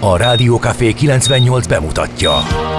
A Rádió Café 98 bemutatja.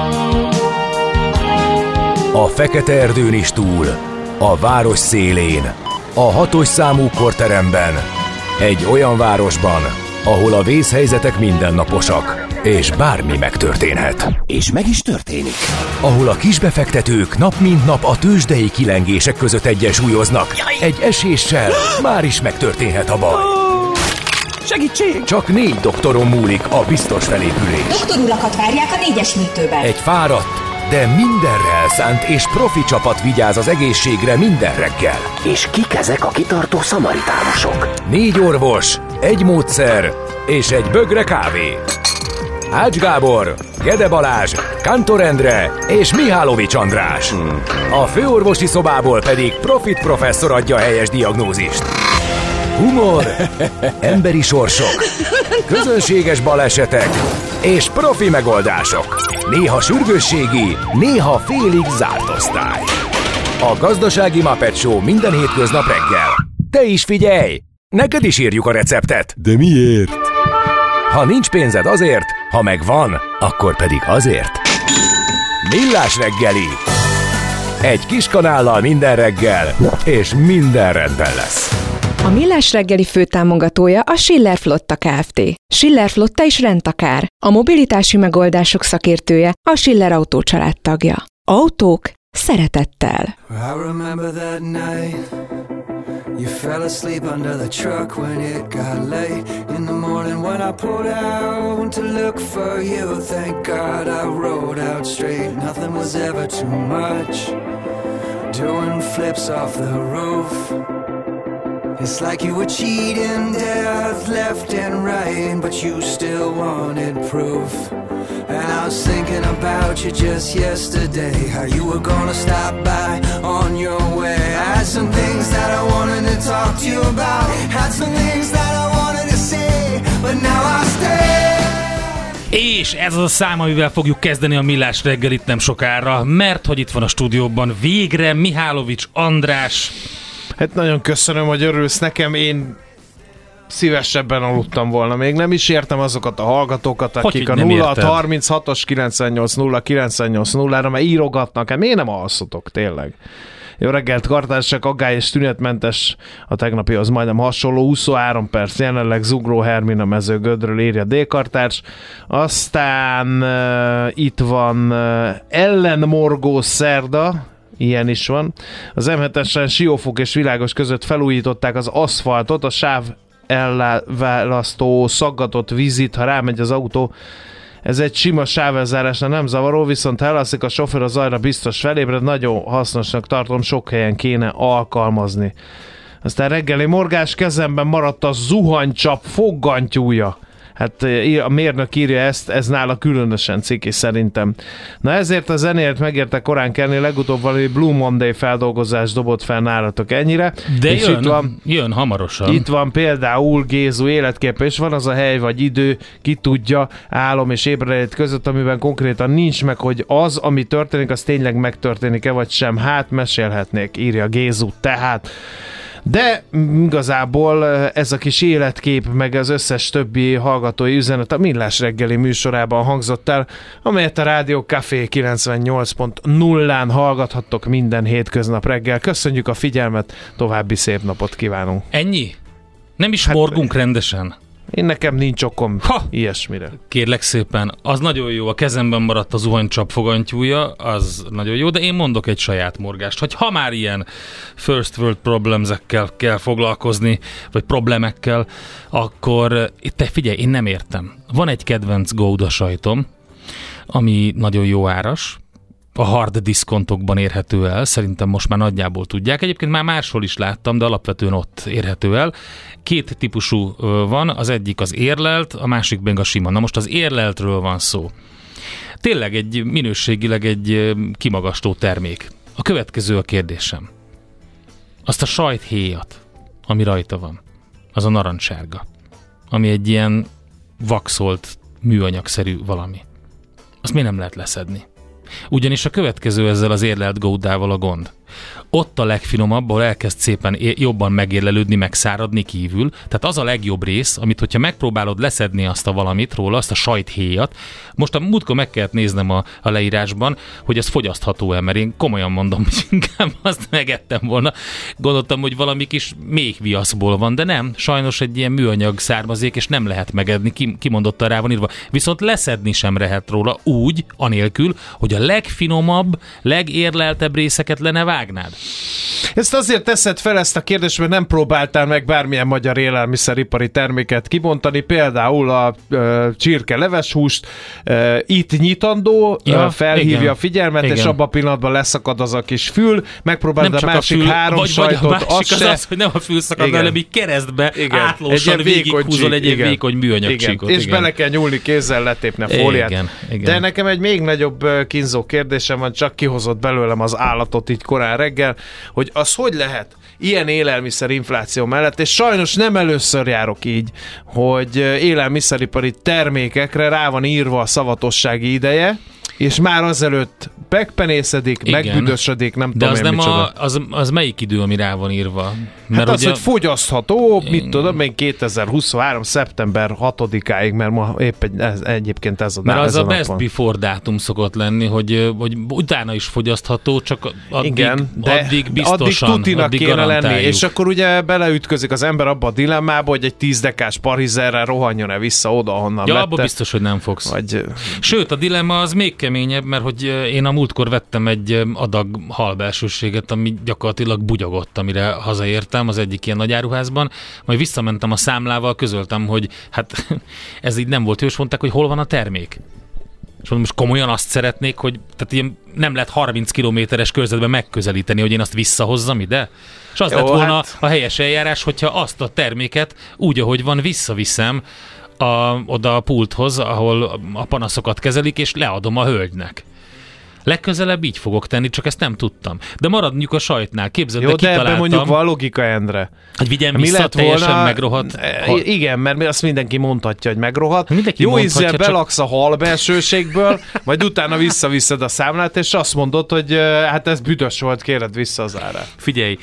A fekete erdőn is túl, a város szélén, a 6. számú korteremben, egy olyan városban, ahol a vészhelyzetek mindennaposak, és bármi megtörténhet. És meg is történik. Ahol a kisbefektetők nap mint nap a tőzsdei kilengések között egyensúlyoznak. Egy eséssel már is megtörténhet a baj. Segítség! Csak 4 doktoron múlik a biztos felépülés. Doktorulakat várják a 4-es műtőben. Egy fáradt, de mindenre elszánt és profi csapat vigyáz az egészségre minden reggel. És kik ezek a kitartó szamaritánusok? 4 orvos, egy módszer és egy bögre kávé. Ács Gábor, Gede Balázs, Kántor Endre és Mihálovics András. A főorvosi szobából pedig Profit professzor adja a helyes diagnózist. Humor, emberi sorsok, közönséges balesetek és profi megoldások. Néha sürgősségi, néha félig zárt osztály. A Gazdasági Muppet Show minden hétköznap reggel. Te is figyelj! Neked is írjuk a receptet. De miért? Ha nincs pénzed azért, ha megvan, akkor pedig azért. Millás reggeli. Egy kis kanállal minden reggel, és minden rendben lesz. A Millás reggeli főtámogatója a Schiller Flotta Kft. Schiller Flotta is rendtakár. A mobilitási megoldások szakértője, a Schiller Autó család tagja. Autók szeretettel. I remember that night. You fell asleep under the truck when it got late. In the morning when I pulled out to look for you, thank God I rode out straight. Nothing was ever too much. Doing flips off the roof. It's like you were cheating death left and right, but you still wanted proof. And I was thinking about you just yesterday, how you were gonna stop by on your way. I had some things that I wanted to talk to you about, had some things that I wanted to say, but now I stay. És ez az a szám, amivel fogjuk kezdeni a Millás reggelit nem sokára, mert hogy itt van a stúdióban végre Mihálovics András. Hát nagyon köszönöm, hogy örülsz nekem, én szívesebben aludtam volna. Még nem is értem azokat a hallgatókat, akik a 0-36-os 98-0-98-0-ra, mert írogatnak. Hát miért nem alszotok, tényleg? Jó reggelt, kartársak, aggály és tünetmentes, a tegnapi az majdnem hasonló, 23 perc, jelenleg Zugró Hermina Mezőgödről írja D-kartárs. Aztán itt van ellenmorgó szerda, ilyen is van. Az M7-esen Siófok és Világos között felújították az aszfaltot, a sáv elválasztó szaggatott vízit, ha rámegy az autó. Ez egy sima sávelzárásnál nem zavaró, viszont ha elalszik a sofőr, a zajra biztos felébred, nagyon hasznosnak tartom, sok helyen kéne alkalmazni. Aztán reggeli morgás, kezemben maradt a zuhanycsap foggantyúja. Hát a mérnök írja ezt, ez nála különösen ciki szerintem. Na ezért a zenéért megérte korán kelni, legutóbb valami Blue Monday feldolgozás dobott fel nálatok ennyire. De és jön hamarosan. Itt van például Gézu életképe, és van az a hely vagy idő, ki tudja, álom és ébredét között, amiben konkrétan nincs meg, hogy az, ami történik, az tényleg megtörténik-e vagy sem. Hát mesélhetnék, írja Gézu. Tehát de igazából ez a kis életkép, meg az összes többi hallgatói üzenet a Millás reggeli műsorában hangzott el, amelyet a Rádió Café 98.0-án hallgathattok minden hétköznap reggel. Köszönjük a figyelmet, további szép napot kívánunk. Ennyi? Nem is morgunk rendesen? Én nekem nincs okom ilyesmire. Kérlek szépen, az nagyon jó, a kezemben maradt a zuhanycsap fogantyúja, az nagyon jó, de én mondok egy saját morgást, hogy ha már ilyen first world problems-ekkel kell foglalkozni, vagy problémekkel, akkor te figyelj, én nem értem. Van egy kedvenc Gouda sajtom, ami nagyon jó áras, a hard diszkontokban érhető el, szerintem most már nagyjából tudják. Egyébként már máshol is láttam, de alapvetően ott érhető el. 2 típusú van, az egyik az érlelt, a másik meg a sima. Na most az érleltről van szó. Tényleg minőségileg egy kimagasló termék. A következő a kérdésem. Azt a sajthéjat, ami rajta van, az a narancssárga, ami egy ilyen vaxolt műanyagszerű valami. Azt miért nem lehet leszedni? Ugyanis a következő ezzel az érlelt Goudával a gond. ott a legfinomabb, ahol elkezd szépen jobban megérlelődni, megszáradni kívül. Tehát az a legjobb rész, amit hogyha megpróbálod leszedni azt a valamit róla, azt a sajthéjat, most a múltkor meg kellett néznem a leírásban, hogy ez fogyasztható-e, mert én komolyan mondom, hogy inkább azt megettem volna. Gondoltam, hogy valami kis méhviaszból van, de nem. Sajnos egy ilyen műanyag származék, és nem lehet megedni, kimondottan rá van írva. Viszont leszedni sem lehet róla úgy, anélkül, hogy a legfinomabb, legérleltebb részeket le ne vágnád. Ezt azért teszed fel ezt a kérdést, mert nem próbáltál meg bármilyen magyar élelmiszeripari terméket kibontani, például a csirke leveshúst, itt nyitandó, felhívja igen, a figyelmet, igen. És abban a pillanatban leszakad az a kis fül, megpróbálod a másik három sajtot, vagy a másik az, az, hogy nem a fül szakad, hanem így keresztbe átlósan végighúzol egy ilyen vékony műanyag csíkot. És bele kell nyúlni kézzel, letépni a fóliát. Igen. De nekem egy még nagyobb kínzó kérdésem van, csak kihozott belőlem az állatot így korán reggel, hogy az hogy lehet ilyen élelmiszerinfláció mellett, és sajnos nem először járok így, hogy élelmiszeripari termékekre rá van írva a szavatossági ideje, és már azelőtt megpenészedik, megbüdösödik, nem de tudom én micsoda. Az melyik idő, ami rá van írva? Mert az, hogy fogyasztható, mit tudom, még 2023. szeptember 6-áig, mert ma épp egyébként ez a mert az a napon. best before dátum szokott lenni, hogy utána is fogyasztható, csak addig biztosan, addig tutinak addig kéne lenni, és akkor akkor ugye beleütközik az ember abba a dilemmába, hogy egy 10 dekás parizerrel rohanjon-e vissza oda, honnan vette. abba biztos, hogy nem fogsz. Vagy... Sőt, a dilemma az még keményebb, mert hogy én a múltkor vettem egy adag halbelsőséget, ami gyakorlatilag bugyogott, amire hazaértem az egyik ilyen nagyáruházban, majd visszamentem a számlával, közöltem, hogy hát ez így nem volt jó, és mondták, hogy hol van a termék. És mondom, most komolyan azt szeretnék, hogy tehát ilyen nem lehet 30 kilométeres körzetben megközelíteni, hogy én azt visszahozzam ide? És az lett volna a helyes eljárás, hogyha azt a terméket úgy, ahogy van, visszaviszem oda a pulthoz, ahol a panaszokat kezelik, és leadom a hölgynek. Legközelebb így fogok tenni, csak ezt nem tudtam. De maradjunk a sajtnál. Képzeld, jó, de kitaláltam. ebben mondjuk van logika, Endre. Hogy vigyem vissza, teljesen megrohadt. Igen, mert azt mindenki mondhatja, hogy megrohadt. Mindenki jó mondhatja, ízzel belaksz a halbelsőségből, majd utána visszaviszed a számlát, és azt mondod, hogy hát ez büdös volt, kéred vissza az árát. Figyelj,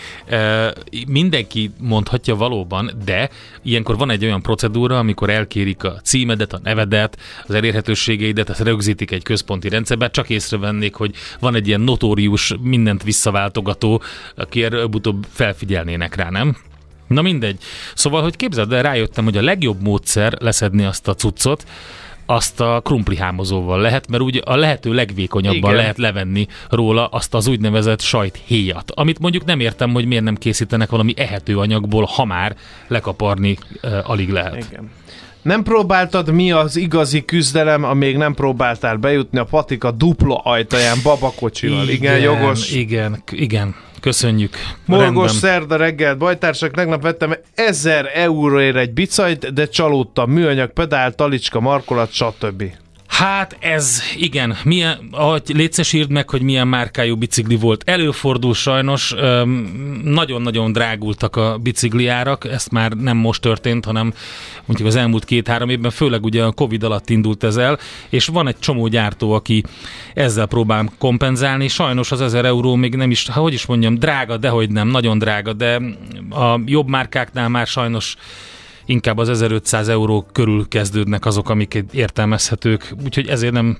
mindenki mondhatja valóban, de ilyenkor van egy olyan procedúra, amikor elkérik a címedet, a nevedet, az elérhetőségeidet, ezt rögzítik egy központi rendszerben, csak észrevennék, hogy van egy ilyen notórius, mindent visszaváltogató, aki előbb-utóbb felfigyelnének rá, nem? Na mindegy. Szóval, hogy képzeld el, rájöttem, hogy a legjobb módszer leszedni azt a cuccot, azt a krumplihámozóval lehet, mert úgy a lehető legvékonyabban lehet levenni róla azt az úgynevezett sajthéjat, amit mondjuk nem értem, hogy miért nem készítenek valami ehető anyagból, ha már lekaparni alig lehet. Igen. Nem próbáltad, mi az igazi küzdelem, amíg nem próbáltál bejutni a patika dupla ajtaján babakocsival. Igen, jogos. Igen. Köszönjük. Morgos szerda reggel, bajtársak, tegnap vettem 1000 euróért egy bicajt, de csalódtam. Műanyag pedál, talicska, markolat, stb. Hát ez, igen, létszes írd meg, hogy milyen márkájú bicikli volt. Előfordul sajnos, nagyon-nagyon drágultak a bicikli árak, ezt már nem most történt, hanem mondjuk az elmúlt 2-3 évben, főleg ugye a Covid alatt indult ez el, és van egy csomó gyártó, aki ezzel próbál kompenzálni. Sajnos az 1000 euró még nem is, hogy is mondjam, drága, dehogy nem, nagyon drága, de a jobb márkáknál már sajnos inkább az 1500 euró körül kezdődnek azok, amik értelmezhetők. Úgyhogy ezért nem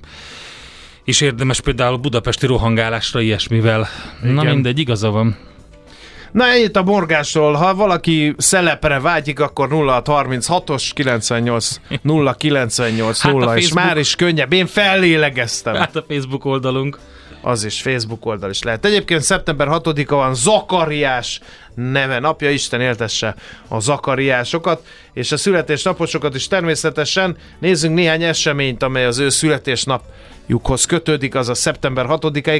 is érdemes például budapesti rohangálásra ilyesmivel. Igen. Na mindegy, igaza van. Na ennyit a morgásról. Ha valaki szelepre vágyik, akkor 0636-os 98 098 0, és már is könnyebb. Én fellélegeztem. Hát a Facebook oldalunk. Az is, Facebook oldal is lehet. Egyébként szeptember 6-a van Zakariás neve napja, Isten éltesse a zakariásokat, és a születésnaposokat is természetesen. Nézzünk néhány eseményt, amely az ő születésnapjukhoz kötődik, azaz szeptember 6-áig.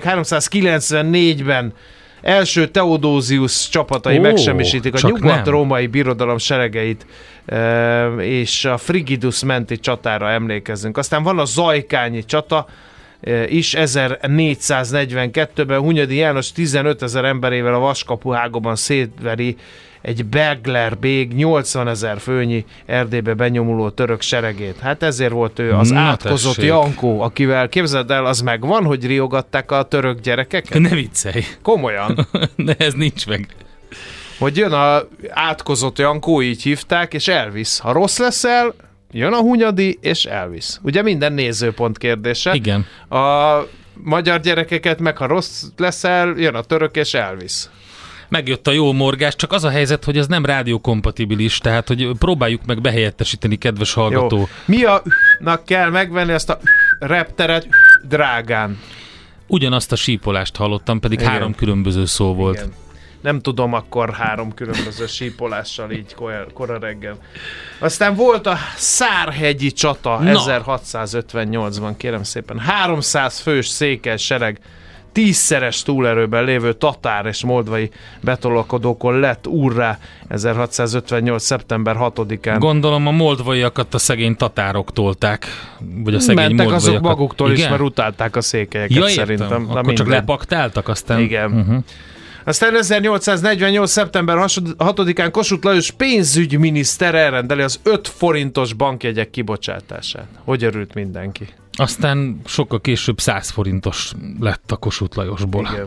394-ben első Theodosius csapatai megsemmisítik a nyugat-római birodalom seregeit, és a Frigidus menti csatára emlékezzünk. Aztán van a zajkányi csata, is 1442-ben Hunyadi János 15 000 emberével a Vaskapuhágóban szétveri egy Begler bég 80 000 főnyi Erdélybe benyomuló török seregét. Hát ezért volt ő az átkozott Jankó, akivel képzeld el, az megvan, hogy riogatták a török gyerekeket? Ne viccelj. Komolyan. De ez nincs meg. Hogy jön a átkozott Jankó, így hívták, és elvisz. Ha rossz leszel, jön a Hunyadi, és elvisz. Ugye minden nézőpont kérdése. Igen. A magyar gyerekeket meg, ha rossz leszel, jön a török, és elvisz. Megjött a jó morgás, csak az a helyzet, hogy ez nem rádiókompatibilis, tehát hogy próbáljuk meg behelyettesíteni, kedves hallgató. Jó. Mi a-nak kell megvenni ezt a repteret drágán? Ugyanazt a sípolást hallottam, pedig Igen. 3 különböző szó volt. Igen. Nem tudom akkor 3 különböző sípolással így kora reggel. Aztán volt a Szárhegyi csata 1658-ban, kérem szépen. 300 fős székely sereg 10-szeres túlerőben lévő tatár és moldvai betolakodókon lett úrrá 1658. szeptember 6-án. Gondolom a moldvaiakat a szegény tatárok tolták, vagy a szegény mentek moldvaiakat. azok maguktól is, Igen? mert utálták a székelyeket, Ja, szerintem. értem. Na, Akkor csak minden. lepaktáltak, aztán... Igen. Aztán 1848. szeptember 6-án Kossuth Lajos pénzügyminiszter elrendeli az 5 forintos bankjegyek kibocsátását. Hogy örült mindenki. Aztán sokkal később 100 forintos lett a Kossuth Lajosból. Igen.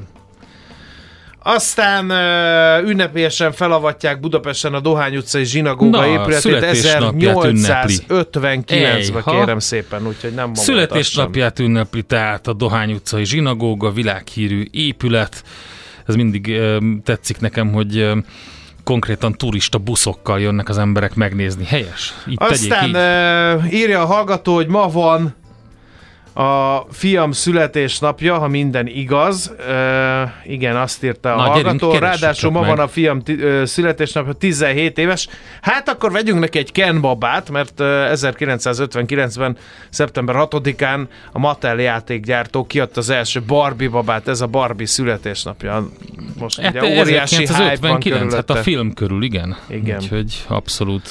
Aztán ünnepélyesen felavatják Budapesten a Dohány utcai zsinagóga épületét 1859-ben, kérem szépen, úgyhogy nem ma Születésnapját ünnepli tehát a Dohány utcai zsinagóga, világhírű épület. Ez mindig tetszik nekem, hogy konkrétan turista buszokkal jönnek az emberek megnézni. Helyes? Így aztán írja a hallgató, hogy ma van a fiam születésnapja, ha minden igaz. Igen, azt írta a hallgató. Ráadásul ma van a fiam születésnapja, 17 éves. Hát akkor vegyünk neki egy Ken babát, mert 1959-ben, szeptember 6-án a Mattel játékgyártó kiadta az első Barbie babát. Ez a Barbie születésnapja. Most hát ugye óriási hype van körülötte. Hát a film körül, igen. Igen. Úgyhogy abszolút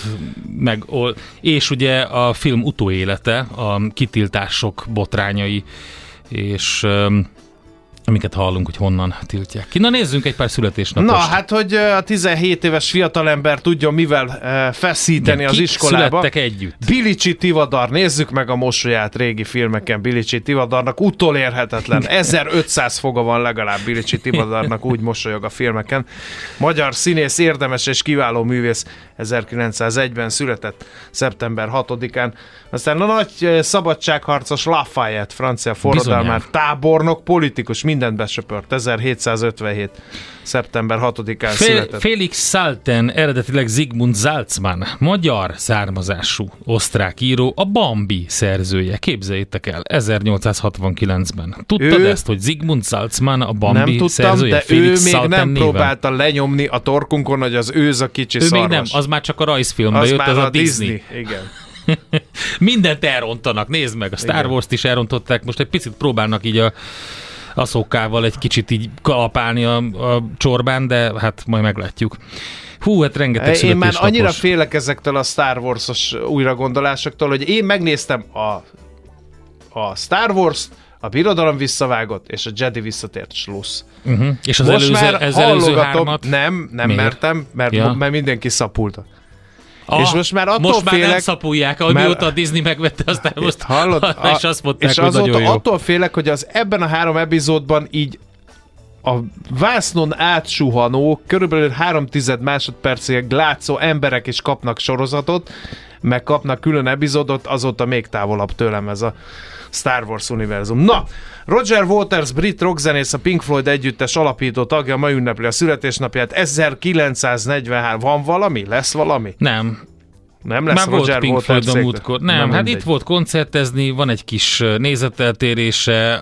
és ugye a film utóélete, a kitiltások botrányai, és amiket hallunk, hogy honnan tiltják ki. Na nézzünk egy pár születésnapost. Na, hát, hogy a 17 éves fiatalember tudjon mivel feszíteni az iskolába. Születtek együtt? Bilicsi Tivadar, nézzük meg a mosolyát régi filmeken Bilicsi Tivadarnak, utolérhetetlen. 1500 foga van legalább Bilicsi Tivadarnak, úgy mosolyog a filmeken. Magyar színész, érdemes és kiváló művész, 1901-ben született, szeptember 6-án. Aztán a nagy szabadságharcos Lafayette, francia forradalmár, tábornok, politikus, mindent besöpört, 1757. szeptember 6-án született. Felix Salten, eredetileg Zsigmond Salzmann, magyar származású osztrák író, a Bambi szerzője. Képzeljétek el, 1869-ben. Tudtad ezt, hogy Zsigmond Salzmann a Bambi nem tudtam, szerzője? de Felix ő még Salten nem néven próbálta lenyomni a torkunkon, hogy az őz a kicsi ő szarvas. még nem, az már csak a rajzfilmbe az jött, már az a a Disney. Igen. Mindent elrontanak, nézd meg, a Star Wars-t is elrontották, most egy picit próbálnak így a szókával egy kicsit így kalapálni a csorbán, de hát majd meglátjuk. Hú, hát rengeteg születésnapos. Én már annyira félek ezektől a Star Wars-os újragondolásoktól, hogy én megnéztem a Star Wars-t, a Birodalom visszavágott, és a Jedi visszatért Schluss. És az most már előző hármat? Nem mertem, mert mindenki szapulta. És most már félek, nem szapulják, mióta a Disney megvette a Star Wars-t, és azt mondták, és hogy nagyon jó. attól félek, hogy ebben a 3 epizódban így a vásznon átsuhanó, körülbelül 3/10 másodpercig látszó emberek is kapnak sorozatot, meg kapnak külön epizódot, azóta még távolabb tőlem ez a Star Wars univerzum. Na, Roger Waters, brit rockzenész, a Pink Floyd együttes alapító tagja, ma ünnepli a születésnapját. 1943. Van valami? Lesz valami? Nem lesz már Roger volt Pink Waters Floyd a múltkor. Nem, hát itt volt koncertezni, van egy kis nézeteltérése,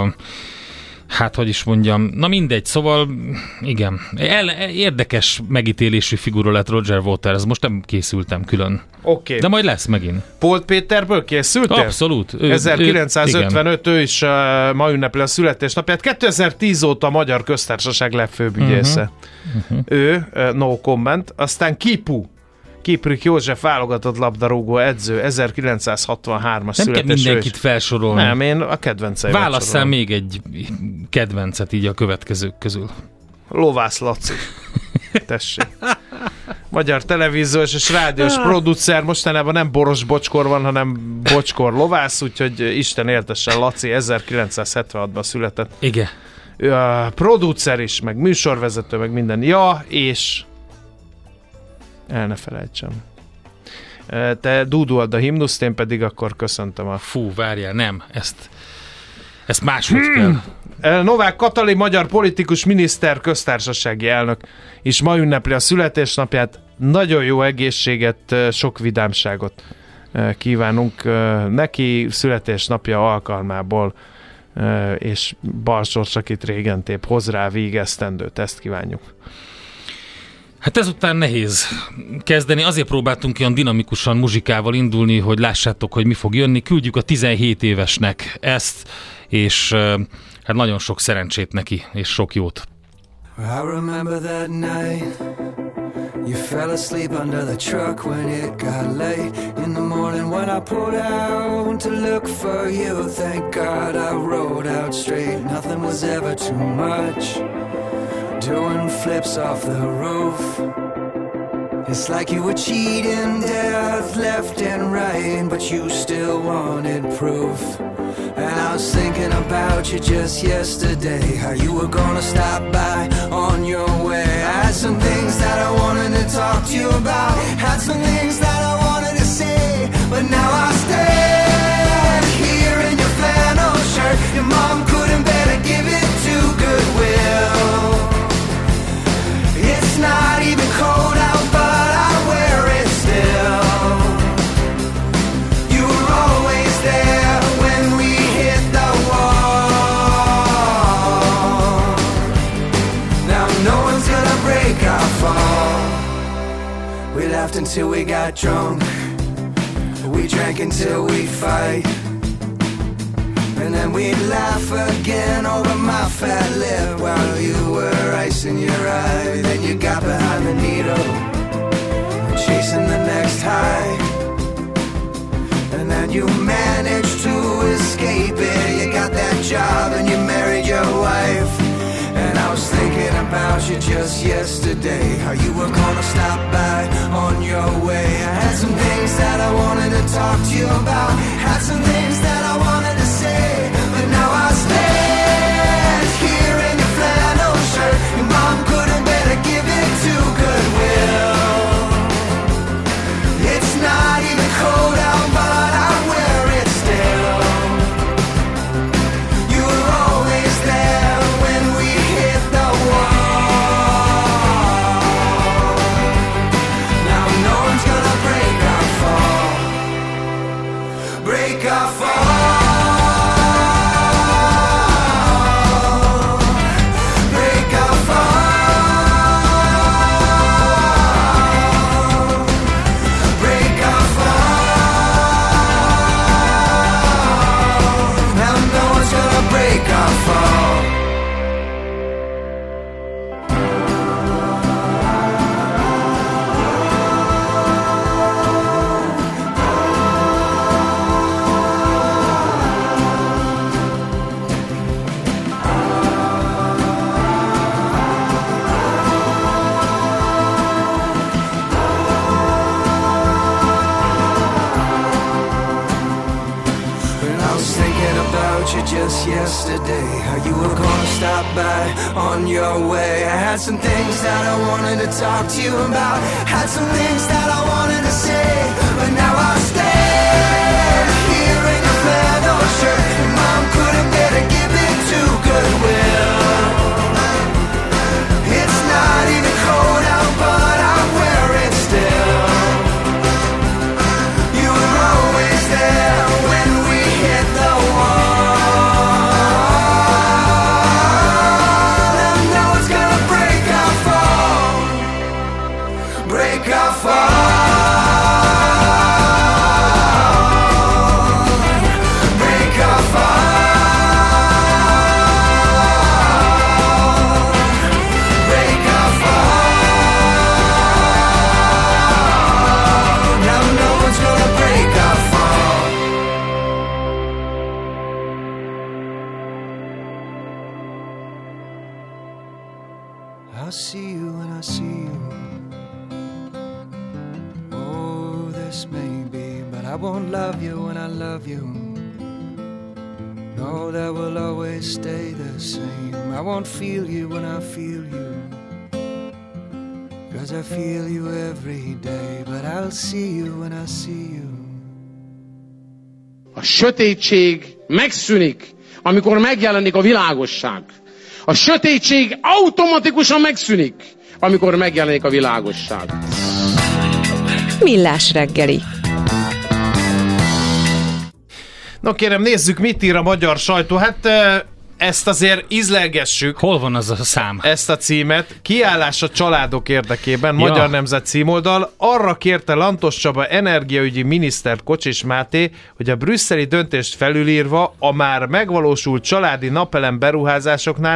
hát hogy is mondjam, na mindegy, szóval igen, érdekes megítélésű figura lett Roger Waters, most nem készültem külön. Okay. De majd lesz megint. Polt Péterből készültél? Abszolút. 1955, ő is ma ünnepli a születésnapját. 2010 óta a Magyar Köztársaság legfőbb ügyésze. Ő, no comment. Aztán Kiprik József válogatott labdarúgó edző, 1963-as születésű. Nem kell mindenkit felsorolni. Nem, én a kedvenceimet válasszál még egy kedvencet így a következők közül. Lovász Laci. Tessék. Magyar televíziós és rádiós producer, mostanában nem Boros Bocskor van, hanem Bocskor Lovász, úgyhogy Isten éltessen, Laci 1976-ban született. Igen. Ő a producer is, meg műsorvezető, meg minden. Ja, és el ne felejtsem. Te dúdold a himnuszt, én pedig akkor köszöntöm a... Fú, várjál, nem, ezt máshogy kell. Novák Katalin, magyar politikus, miniszter, köztársasági elnök is ma ünnepli a születésnapját. Nagyon jó egészséget, sok vidámságot kívánunk neki születésnapja alkalmából, és balsors, akit régen tép, hoz rá vígesztendőt, ezt kívánjuk. Hát ezután nehéz kezdeni, azért próbáltunk olyan dinamikusan muzsikával indulni, hogy lássátok, hogy mi fog jönni. Küldjük a 17 évesnek ezt, és hát nagyon sok szerencsét neki, és sok jót. I remember that night you fell asleep under the truck when it got late in the morning when I pulled out to look for you. Thank God I rode out straight, nothing was ever too much. Doing flips off the roof, it's like you were cheating death left and right, but you still wanted proof. And I was thinking about you just yesterday, how you were gonna stop by on your way. I had some things that I wanted to talk to you about, had some things that I wanted to say, but now I stand here in your flannel shirt. Your mom couldn't better give it to Goodwill. It's not even cold out, but I wear it still. You were always there when we hit the wall. Now no one's gonna break our fall. We laughed until we got drunk, we drank until we fight, and then we'd laugh again over my fat lip while you were icing your eye. Then you got behind the needle, chasing the next high, and then you managed to escape it. You got that job and you married your wife. And I was thinking about you just yesterday, how you were gonna stop by on your way. I had some things that I wanted to talk to you about, had some things that I wanted to say, but now I stand here in your flannel shirt. Your mom couldn't better give it to Goodwill. It's not even cold out, but I wear it still. You were always there when we hit the wall. Now no one's gonna break our fall, break our fall. Just yesterday, how you were gonna stop by on your way. I had some things that I wanted to talk to you about, had some things that I wanted to say, but now I stand here in your flannel shirt. Your mom couldn't better give it to Goodwill. It's not even cold out, but I wear it still. You were always there when we hit the wall. Break our fall. I'll see you when I see you. Oh, this may be, but I won't love you when I love you. No, that will always stay the same. I won't feel you when I feel you, 'cause I feel you every day. But I'll see you when I see you. A sötétség megszűnik, amikor megjelenik a világosság. A sötétség automatikusan megszűnik, amikor megjelenik a világosság. Millás reggeli. No kérem, nézzük, mit ír a magyar sajtó. Hát ezt azért ízlelgessük. Hol van az a szám? Ezt a címet. Kiállás a családok érdekében. Magyar Nemzet címoldal. Arra kérte Lantos Csaba energiaügyi miniszter Kocsis Máté, hogy a brüsszeli döntést felülírva a már megvalósult családi napelem beruházásoknál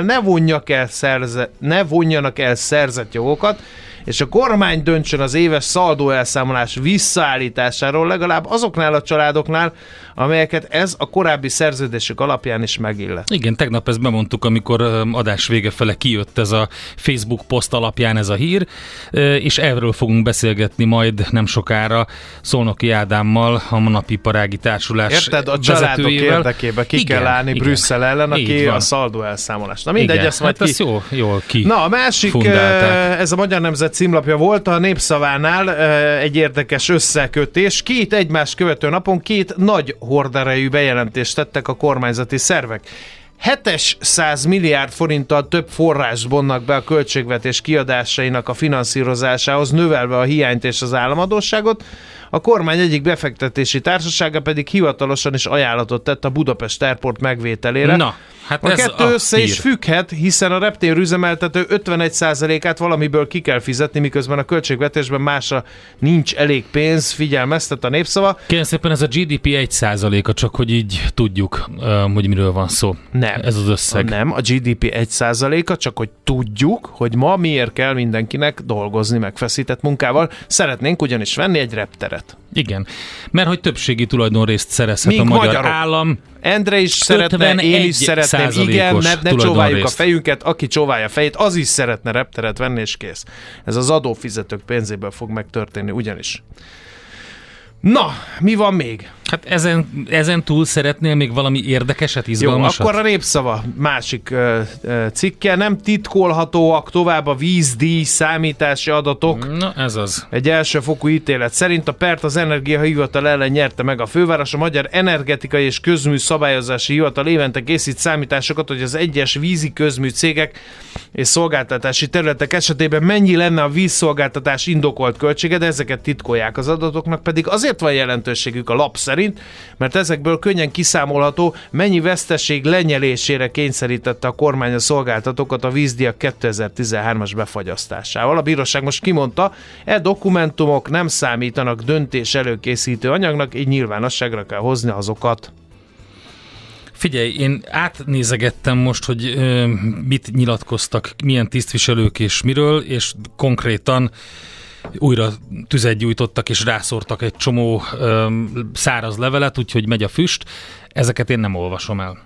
ne vonjanak el szerzett jogokat, és a kormány döntsön az éves szaldóelszámolás visszaállításáról legalább azoknál a családoknál, amelyeket ez a korábbi szerződések alapján is megillet. Igen, tegnap ezt bemondtuk, amikor adás vége fele kijött ez a Facebook poszt alapján ez a hír, és erről fogunk beszélgetni majd nem sokára Szolnoki Ádámmal, a Napiparági Társulás Érted? A családok érdekében ki kell állni Brüsszel ellen, aki a szaldóelszámolás. Na mindegy, ezt majd hát ki... jól ki. Na a másik, ez a Magyar Nemzet címlapja volt, a Népszavánál egy érdekes összekötés. Két egymást követő napon két nagy horderejű bejelentést tettek a kormányzati szervek. 700 milliárd forinttal több forrást vonnak be a költségvetés kiadásainak a finanszírozásához, növelve a hiányt és az államadósságot. A kormány egyik befektetési társasága pedig hivatalosan is ajánlatot tett a Budapest Airport megvételére. Na, hát a kettő össze is függhet, hiszen a reptér üzemeltető 51%-át valamiből ki kell fizetni, miközben a költségvetésben másra nincs elég pénz, figyelmeztet a Népszava. Kérem szépen, ez a GDP 1%-a, csak hogy így tudjuk, hogy miről van szó. Nem. Ez az összeg. Nem, a GDP 1%-a, csak hogy tudjuk, hogy ma miért kell mindenkinek dolgozni megfeszített munkával. Szeretnénk ugyanis venni egy repteret. Igen, mert hogy többségi tulajdonrészt szerezhet a magyar állam. Endre is szeretne, én is szeretném. Igen, ne csóváljuk a fejünket, aki csóválja a fejét, az is szeretne repteret venni, és kész. Ez az adófizetők pénzéből fog megtörténni, ugyanis. Na, mi van még? Hát ezen túl szeretnél még valami érdekeset, izgalmasat? Jó, akkor a Népszava másik cikke. Nem titkolhatóak tovább a vízdíj számítási adatok. Na, ez az. Egy elsőfokú ítélet szerint a pert az Energiahivatal ellen nyerte meg a főváros. A Magyar Energetikai és Közmű Szabályozási Hivatal évente készít számításokat, hogy az egyes vízi közmű cégek és szolgáltatási területek esetében mennyi lenne a vízszolgáltatás indokolt költsége, de ezeket titkolják, az adatoknak pedig azért van jelentőségük a lap szerint, mert ezekből könnyen kiszámolható, mennyi veszteség lenyelésére kényszerítette a kormány a szolgáltatókat a vízdíjak 2013-as befagyasztásával. A bíróság most kimondta, dokumentumok nem számítanak döntés előkészítő anyagnak, így nyilvánosságra kell hozni azokat. Figyelj, én átnézegettem most, hogy mit nyilatkoztak, milyen tisztviselők és miről, és konkrétan újra tüzet gyújtottak és rászórtak egy csomó száraz levelet, úgyhogy megy a füst. Ezeket én nem olvasom el.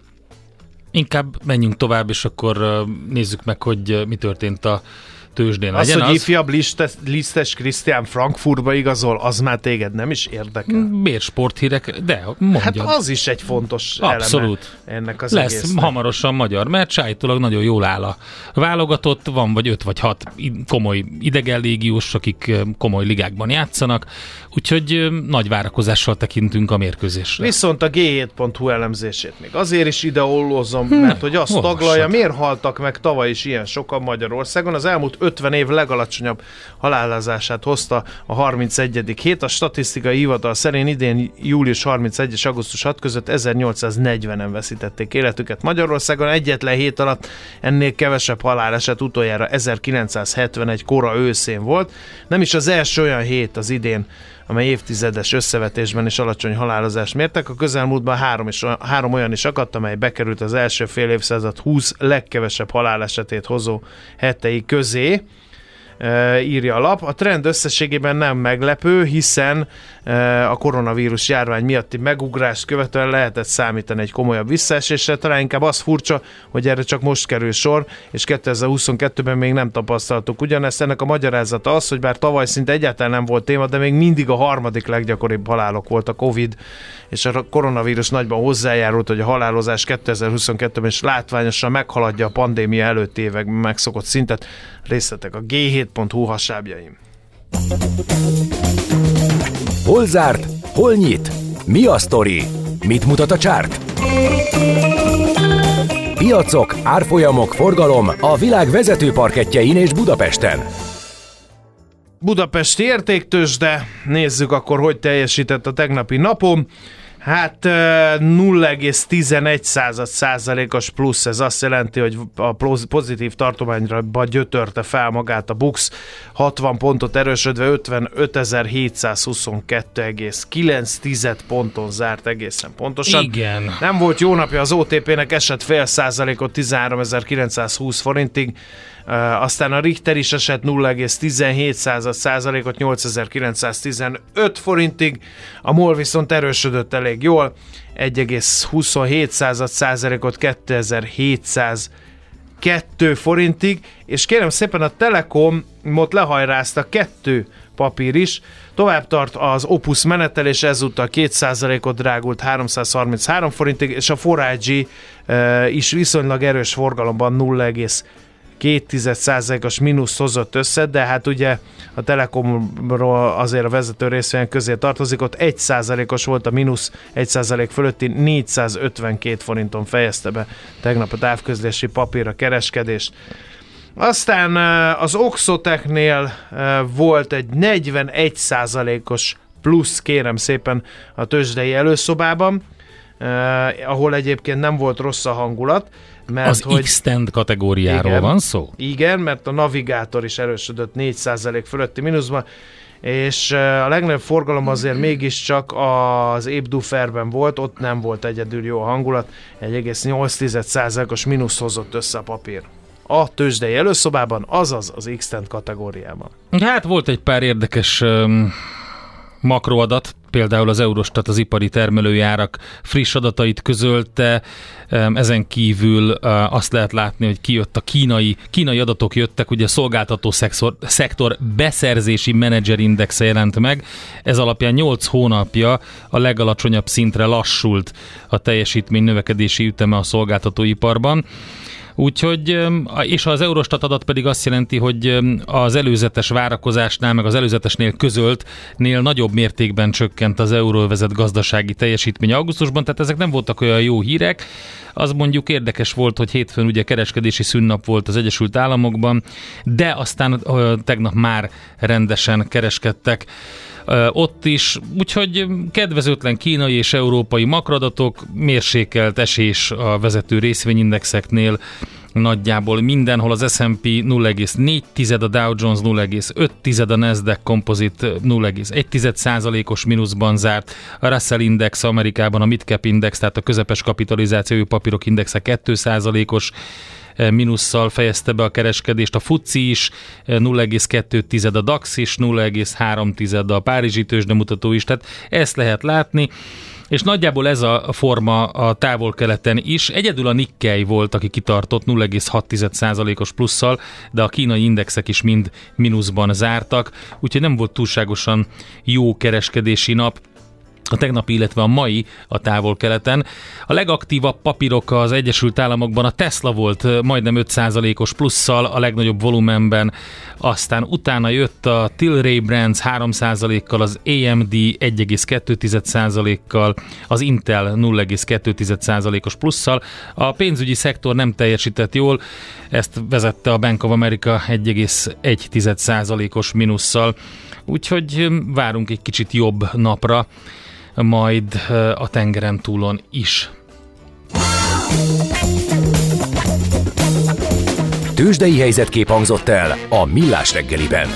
Inkább menjünk tovább, és akkor nézzük meg, hogy mi történt a tőzsdén. Az, hogy ifjabb lisztes Krisztián Frankfurtba igazol, az már téged nem is érdekel? Miért sporthírek? De mondjad. Hát az is egy fontos abszolút eleme ennek az lesz egésznek. Hamarosan magyar meccs, állítólag nagyon jól áll a válogatott, van vagy 5 vagy 6 komoly idegenlégiós, akik komoly ligákban játszanak, úgyhogy nagy várakozással tekintünk a mérkőzésre. Viszont a G7.hu elemzését még azért is ide ollózom, mert hogy azt taglalja, miért haltak meg tavaly is ilyen sokan Magyarországon. Az elmúlt 50 év legalacsonyabb halálozását hozta a 31. hét. A statisztikai hivatal szerint idén július 31 és augusztus 6 között 1840-en veszítették életüket Magyarországon. Egyetlen hét alatt ennél kevesebb haláleset utoljára 1971 kora őszén volt. Nem is az első olyan hét az idén, amely évtizedes összevetésben is alacsony halálozást mértek. A közelmúltban három olyan is akadt, amely bekerült az első fél évszázad 20 legkevesebb halálesetét hozó hetei közé. írja a lap. A trend összességében nem meglepő, hiszen a koronavírus járvány miatti megugrást követően lehetett számítani egy komolyabb visszaesésre. Talán inkább az furcsa, hogy erre csak most kerül sor, és 2022-ben még nem tapasztaltuk ugyanezt. Ennek a magyarázata az, hogy bár tavaly szinte egyáltalán nem volt téma, de még mindig a harmadik leggyakoribb halálok volt a Covid, és a koronavírus nagyban hozzájárult, hogy a halálozás 2022-ben is látványosan meghaladja a pandémia előtti években megszokott szintet. Részletek a g7.hu hasábjaim. Hol zárt? Hol nyit? Mi a sztori? Mit mutat a csárt? Piacok, árfolyamok, forgalom a világ vezető parkettjein és Budapesten. Budapesti értéktőzsde, nézzük akkor, hogy teljesített a tegnapi napon. Hát 0,11%-os plusz, ez azt jelenti, hogy a pozitív tartományra gyötörte fel magát a BUX, 60 pontot erősödve 55.722,9 ponton zárt egészen pontosan. Igen. Nem volt jó napja az OTP-nek, esett fél százalékot 13.920 forintig, aztán a Richter is esett 0,17%-ot 8.915 forintig, a MOL viszont erősödött elég jól, 1,27%-ot 2702 forintig, és kérem szépen a Telekomot lehajrázta 2 papír is, tovább tart az Opus menetelés, ezúttal 2%-ot drágult 333 forintig, és a 4IG is viszonylag erős forgalomban 0,2%-os mínusz hozott össze, de hát ugye a Telekomról azért a vezető részvény közé tartozik, ott 1%-os volt a mínusz, 1% fölötti 452 forinton fejezte be tegnap a távközlési papír a kereskedést. Aztán az Oxotechnél volt egy 41%-os plusz, kérem szépen, a tőzsdei előszobában, ahol egyébként nem volt rossz a hangulat, mert az X-Tend kategóriáról van szó? Igen, mert a navigátor is erősödött 4% fölötti mínuszban, és a legnagyobb forgalom azért mégiscsak az Ébduferben volt, ott nem volt egyedül jó a hangulat, 1,8%-os mínusz hozott össze a papír. A tőzsdei előszobában, azaz az X-Tend kategóriában. Hát volt egy pár érdekes makroadat, például az Eurostat az ipari termelői árak friss adatait közölte, ezen kívül azt lehet látni, hogy kijött a kínai adatok jöttek, ugye a szolgáltató szektor beszerzési menedzserindexe jelent meg, ez alapján 8 hónapja a legalacsonyabb szintre lassult a teljesítmény növekedési üteme a szolgáltatóiparban. Úgyhogy, és az Eurostat adat pedig azt jelenti, hogy az előzetes várakozásnál, meg az előzetesnél közöltnél nagyobb mértékben csökkent az euróövezet gazdasági teljesítmény augusztusban, tehát ezek nem voltak olyan jó hírek. Az mondjuk érdekes volt, hogy hétfőn ugye kereskedési szünnap volt az Egyesült Államokban, de aztán tegnap már rendesen kereskedtek ott is, úgyhogy kedvezőtlen kínai és európai makroadatok, mérsékelt esés a vezető részvényindexeknél, nagyjából mindenhol az S&P 0,4, a Dow Jones 0,5, a Nasdaq Composite 0,1%-os mínuszban zárt, a Russell Index Amerikában, a Midcap Index, tehát a közepes kapitalizációjú papírok indexe 2%-os mínusszal fejezte be a kereskedést, a FTSE is 0,2, a DAX is 0,3, a Párizsi tőzsdemutató is, tehát ezt lehet látni, és nagyjából ez a forma a távol-keleten is. Egyedül a Nikkei volt, aki kitartott 0,6%-os plusszal, de a kínai indexek is mind mínuszban zártak, úgyhogy nem volt túlságosan jó kereskedési nap a tegnapi, illetve a mai a távol-keleten. A legaktívabb papírok az Egyesült Államokban a Tesla volt majdnem 5%-os plusszal a legnagyobb volumenben, aztán utána jött a Tilray Brands 3%-kal, az AMD 1,2%-kal, az Intel 0,2%-os plusszal. A pénzügyi szektor nem teljesített jól, ezt vezette a Bank of America 1,1%-os mínusszal, úgyhogy várunk egy kicsit jobb napra, majd a tengeren túlon is. Tőzsdei helyzetkép hangzott el a Millás reggeliben.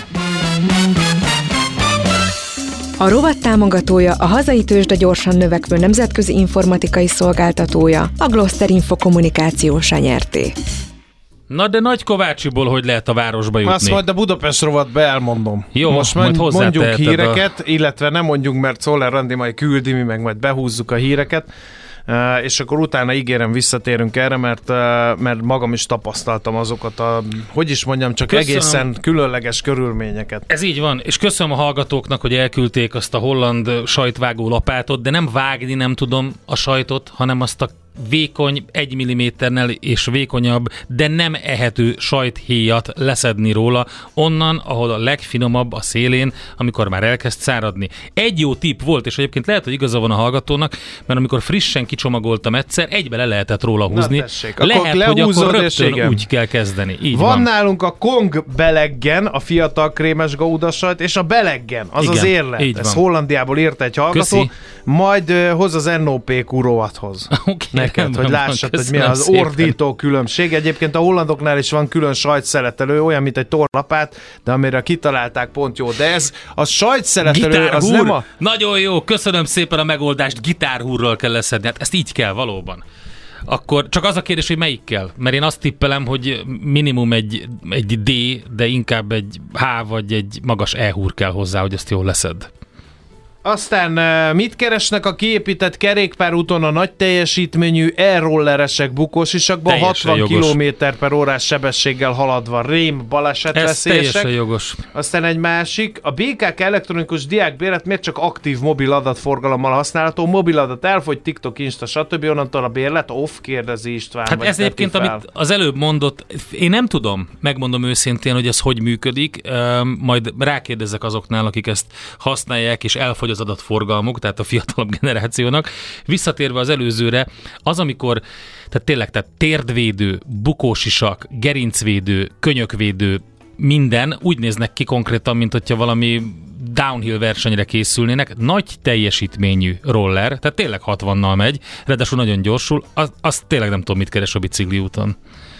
A rovat támogatója a hazai tőzsde gyorsan növekvő nemzetközi informatikai szolgáltatója, a Gloster Info Kommunikáció Nyrt. Na de Nagykovácsiból hogy lehet a városba jutni? Azt majd a Budapest rovatba elmondom. Jó, most mondjuk híreket, illetve nem mondjuk, mert Czoller Andi majd küldi, mi meg majd behúzzuk a híreket, és akkor utána ígérem visszatérünk erre, mert magam is tapasztaltam azokat hogy is mondjam, csak egészen különleges körülményeket. Ez így van, és köszönöm a hallgatóknak, hogy elküldték azt a holland sajtvágó lapátot, de nem vágni nem tudom a sajtot, hanem azt a vékony, 1 mm-nel és vékonyabb, de nem ehető sajthéjat leszedni róla, onnan, ahol a legfinomabb a szélén, amikor már elkezd száradni. Egy jó tipp volt, és egyébként lehet, hogy igaza van a hallgatónak, mert amikor frissen kicsomagoltam egyszer, egybe le lehetett róla húzni. Lehet, hogy akkor rögtön úgy kell kezdeni. Így van nálunk a Kong beleggen, a fiatal krémes gaudasajt, és a beleggen, az igen, az érlet. Ez Hollandiából írta egy hallgató, köszi. Majd hoz az NOPQ rovathoz. Okay. Neked, hogy lássad, hogy mi az ordító különbség. Egyébként a hollandoknál is van külön sajtszeletelő, olyan, mint egy tornapát, de amire kitalálták, pont jó. De ez a sajtszeletelő, az nem a... Nagyon jó, köszönöm szépen a megoldást, gitárhúrral kell leszedni. Hát ezt így kell valóban. Akkor csak az a kérdés, hogy melyik kell. Mert én azt tippelem, hogy minimum egy D, de inkább egy H vagy egy magas E-húr kell hozzá, hogy ezt jól leszed. Aztán mit keresnek a kiépített kerékpárúton a nagy teljesítményű e-rolleresek bukósisakban, 60 km/h sebességgel haladva balesetveszélyesek. Ez teljesen jogos. Aztán egy másik, a BKK elektronikus diákbérlet miért csak aktív mobil adatforgalommal használható, mobil adat elfogy, TikTok, Insta, stb. Onnantól a bérlet off, kérdezi István. Hát ez egyébként, amit az előbb mondott, én nem tudom, megmondom őszintén, hogy ez hogy működik, majd rákérdezek azoknál, akik ezt használják, és elfogy az adatforgalmuk, tehát a fiatalabb generációnak. Visszatérve az előzőre, az, amikor tehát térdvédő, bukósisak, gerincvédő, könyökvédő, minden úgy néznek ki konkrétan, mint hogyha valami downhill versenyre készülnének. Nagy teljesítményű roller, tehát tényleg 60-nal megy, ráadásul nagyon gyorsul, azt tényleg nem tudom, mit keres a bicikli úton.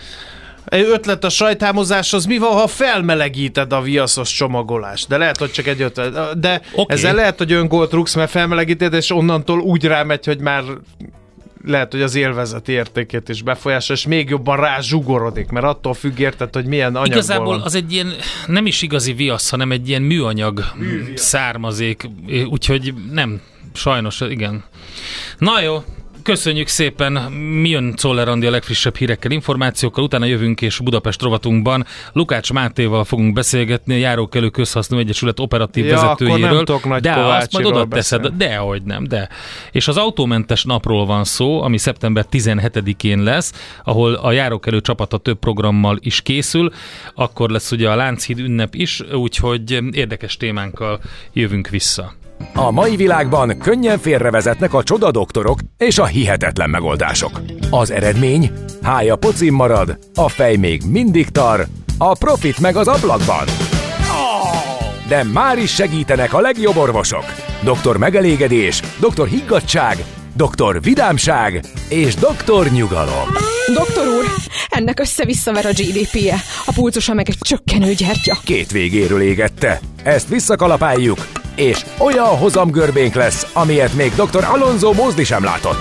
Ötlet a sajthámozáshoz, mi van, ha felmelegíted a viaszos csomagolást? De lehet, hogy csak egy ötlet. De ezzel lehet, hogy öngolt rúgsz, mert felmelegíted, és onnantól úgy rámegy, hogy már lehet, hogy az élvezeti értékét is befolyásol, és még jobban rá zsugorodik, mert attól függ, érted, hogy milyen anyagból igazából van. Az egy ilyen, nem is igazi viasz, hanem egy ilyen műanyag származék, úgyhogy nem, sajnos, igen. Na jó, köszönjük szépen, mi jön Czoller Andi a legfrissebb hírekkel, információkkal, utána jövünk, és Budapest rovatunkban Lukács Mátéval fogunk beszélgetni, a Járókelő Közhasznú Egyesület operatív vezetőjéről. De azt majd oda teszed, dehogy nem, de. És az autómentes napról van szó, ami szeptember 17-én lesz, ahol a Járókelő csapata több programmal is készül, akkor lesz ugye a Lánchíd ünnep is, úgyhogy érdekes témánkkal jövünk vissza. A mai világban könnyen félrevezetnek a csodadoktorok és a hihetetlen megoldások. Az eredmény? Hája pocim marad, a fej még mindig tar, a profit meg az ablakban. De már is segítenek a legjobb orvosok. Doktor Megelégedés, Doktor Higgadtság, Doktor Vidámság és Doktor Nyugalom. Doktor úr, ennek össze-visszaver a GDP-je, a pulzusa meg egy csökkenő gyertya. Két végéről égette. Ezt visszakalapáljuk, és olyan hozamgörbénk lesz, amilyet még Dr. Alonso Mózdi sem látott.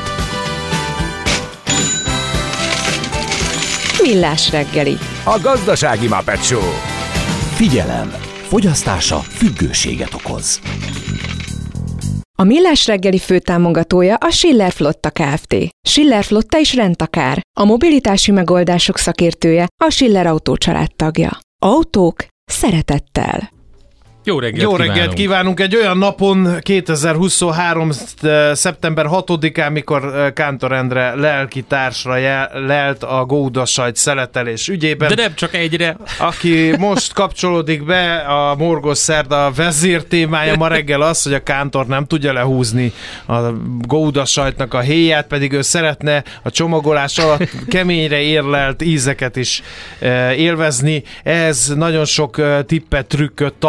Millás reggeli. A gazdasági Muppet Show. Figyelem! Fogyasztása függőséget okoz. A Millás reggeli főtámogatója a Schiller Flotta Kft. Schiller Flotta is rendtakár. A mobilitási megoldások szakértője, a Schiller Autó családtagja. Autók szeretettel. Jó reggelt kívánunk egy olyan napon, 2023. szeptember 6-án, mikor Kántor Endre lelki társra lelt a gódasajt szeletelés ügyében. De nem csak egyre. Aki most kapcsolódik be, a Morgos Szerda vezér témája ma reggel az, hogy a Kántor nem tudja lehúzni a gódasajtnak a héját, pedig ő szeretne a csomagolás alatt keményre érlelt ízeket is élvezni. Ez nagyon sok tippet, trükköt, talányt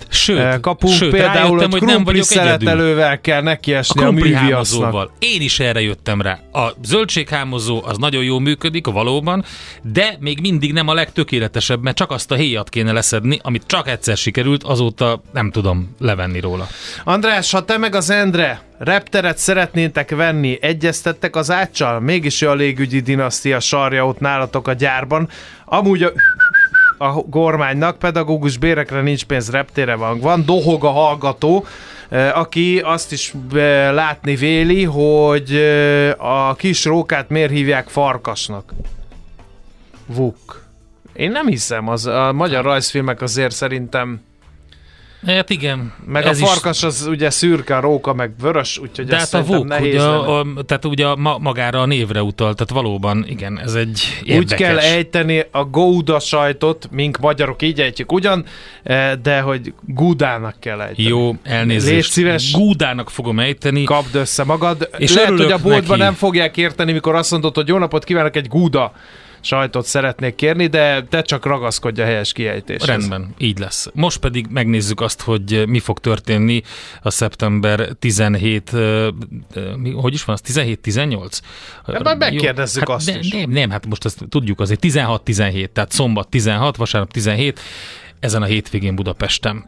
kapunk. Például, hogy krumpli szeretelővel kell nekiesni a műviasznak. Én is erre jöttem rá. A zöldséghámozó az nagyon jól működik, valóban, de még mindig nem a legtökéletesebb, mert csak azt a héjat kéne leszedni, amit csak egyszer sikerült, azóta nem tudom levenni róla. András, ha te meg az Endre repteret szeretnétek venni, egyeztettek az Áccsal? Mégis a légügyi dinasztia sarja ott nálatok a gyárban. Amúgy a kormánynak pedagógus bérekre nincs pénz, reptére van dohog a hallgató, aki azt is látni véli, hogy a kis rókát miért hívják farkasnak. Vuk. Én nem hiszem, a magyar rajzfilmek azért szerintem. Hát igen. Meg a farkas az ugye szürke, a róka meg vörös, úgyhogy de ez hát a vuk, nehéz tehát ugye magára a névre utal, tehát valóban, igen, ez egy érdekes. Úgy kell ejteni a gouda sajtot, mink magyarok így ejtjük ugyan, de hogy gúdának kell ejteni. Jó, elnézést. Légy szíves. Gúdának fogom ejteni. Kapd össze magad. És lehet, hogy a boltban neki. nem fogják érteni, mikor azt mondod, hogy jó napot kívánok, egy gúda sajtot szeretnék kérni, de te csak ragaszkodj a helyes kiejtéshez. Rendben, így lesz. Most pedig megnézzük azt, hogy mi fog történni a szeptember 17, hogy is van az, 17-18? Hát majd megkérdezzük hát azt is. Nem, hát most ezt tudjuk azért, 16-17, tehát szombat 16, vasárnap 17, ezen a hétvégén Budapesten.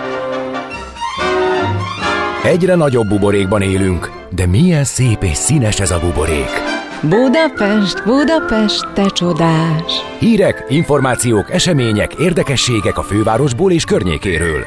Egyre nagyobb buborékban élünk, de milyen szép és színes ez a buborék. Budapest, Budapest, te csodás! Hírek, információk, események, érdekességek a fővárosból és környékéről.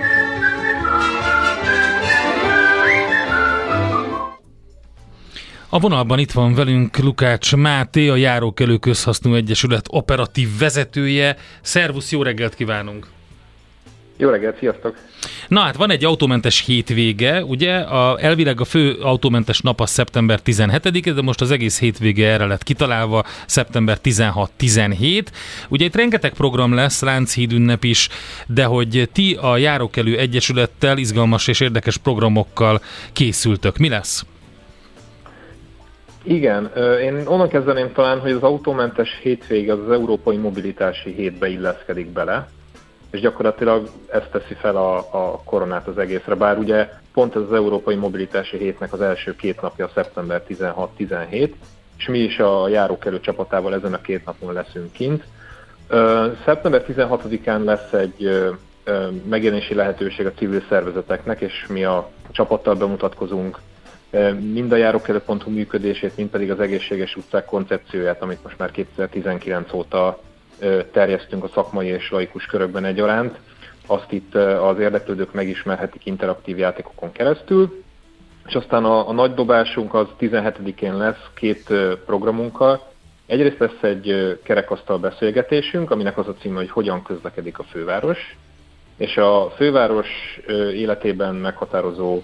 A vonalban itt van velünk Lukács Máté, a Járókelő Közhasznú Egyesület operatív vezetője. Szervusz, jó reggelt kívánunk! Jó reggelt, sziasztok! Na hát van egy autómentes hétvége, ugye? Elvileg a fő autómentes nap a szeptember 17-e, de most az egész hétvége erre lett kitalálva, szeptember 16-17. Ugye itt rengeteg program lesz, Lánchíd ünnep is, de hogy ti a Járókelő Egyesülettel izgalmas és érdekes programokkal készültök. Mi lesz? Igen, én onnan kezdeném talán, hogy az autómentes hétvége az Európai Mobilitási Hétbe illeszkedik bele, és gyakorlatilag ezt teszi fel a koronát az egészre, bár ugye pont ez az Európai Mobilitási Hétnek az első két napja, szeptember 16-17, és mi is a Járókelő csapatával ezen a két napon leszünk kint. Szeptember 16-án lesz egy megjelenési lehetőség a civil szervezeteknek, és mi a csapattal bemutatkozunk mind a járókelő.hu működését, mind pedig az egészséges utcák koncepcióját, amit most már 2019 óta terjesztünk a szakmai és laikus körökben egyaránt. Azt itt az érdeklődők megismerhetik interaktív játékokon keresztül. És aztán a nagy dobásunk az 17-én lesz két programunkkal. Egyrészt lesz egy kerekasztal beszélgetésünk, aminek az a címe, hogy hogyan közlekedik a főváros. És a főváros életében meghatározó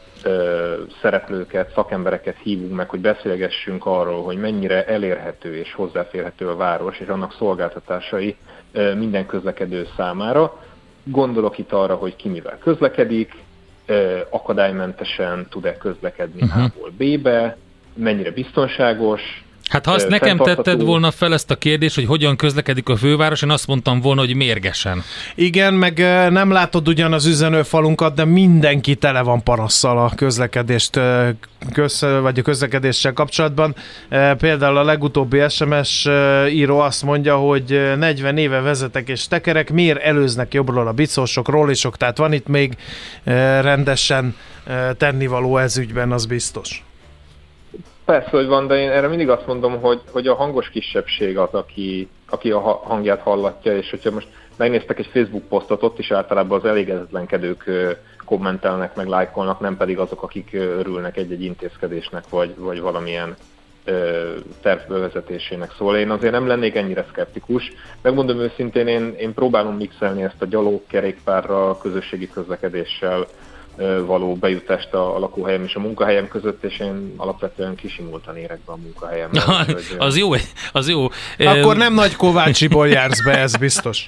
szereplőket, szakembereket hívunk meg, hogy beszélgessünk arról, hogy mennyire elérhető és hozzáférhető a város és annak szolgáltatásai minden közlekedő számára. Gondolok itt arra, hogy ki mivel közlekedik, akadálymentesen tud-e közlekedni A-ból B-be, mennyire biztonságos. Hát ha azt nekem tetted volna fel ezt a kérdést, hogy hogyan közlekedik a főváros, én azt mondtam volna, hogy mérgesen. Igen, meg nem látod ugyan az üzenőfalunkat, de mindenki tele van panasszal a közlekedést, vagy a közlekedéssel kapcsolatban. Például a legutóbbi SMS író azt mondja, hogy 40 éve vezetek és tekerek, miért előznek jobbról a bicósok, rollisok, tehát van itt még rendesen tennivaló ez ügyben, az biztos. Persze, hogy van, de én erre mindig azt mondom, hogy a hangos kisebbség az, aki a hangját hallatja, és hogyha most megnéztek egy Facebook posztot, ott is általában az elégedetlenkedők kommentelnek, meg lájkolnak, nem pedig azok, akik örülnek egy-egy intézkedésnek, vagy valamilyen terv bevezetésének. Szóval én azért nem lennék ennyire szkeptikus. Megmondom őszintén, én próbálom mixelni ezt a gyalogkerékpárral, közösségi közlekedéssel való bejutást a lakóhelyem és a munkahelyem között, és én alapvetően kisimultan érek be a munkahelyemben. Az jó, az jó. Akkor nem Nagy Kovácsiból jársz be, ez biztos.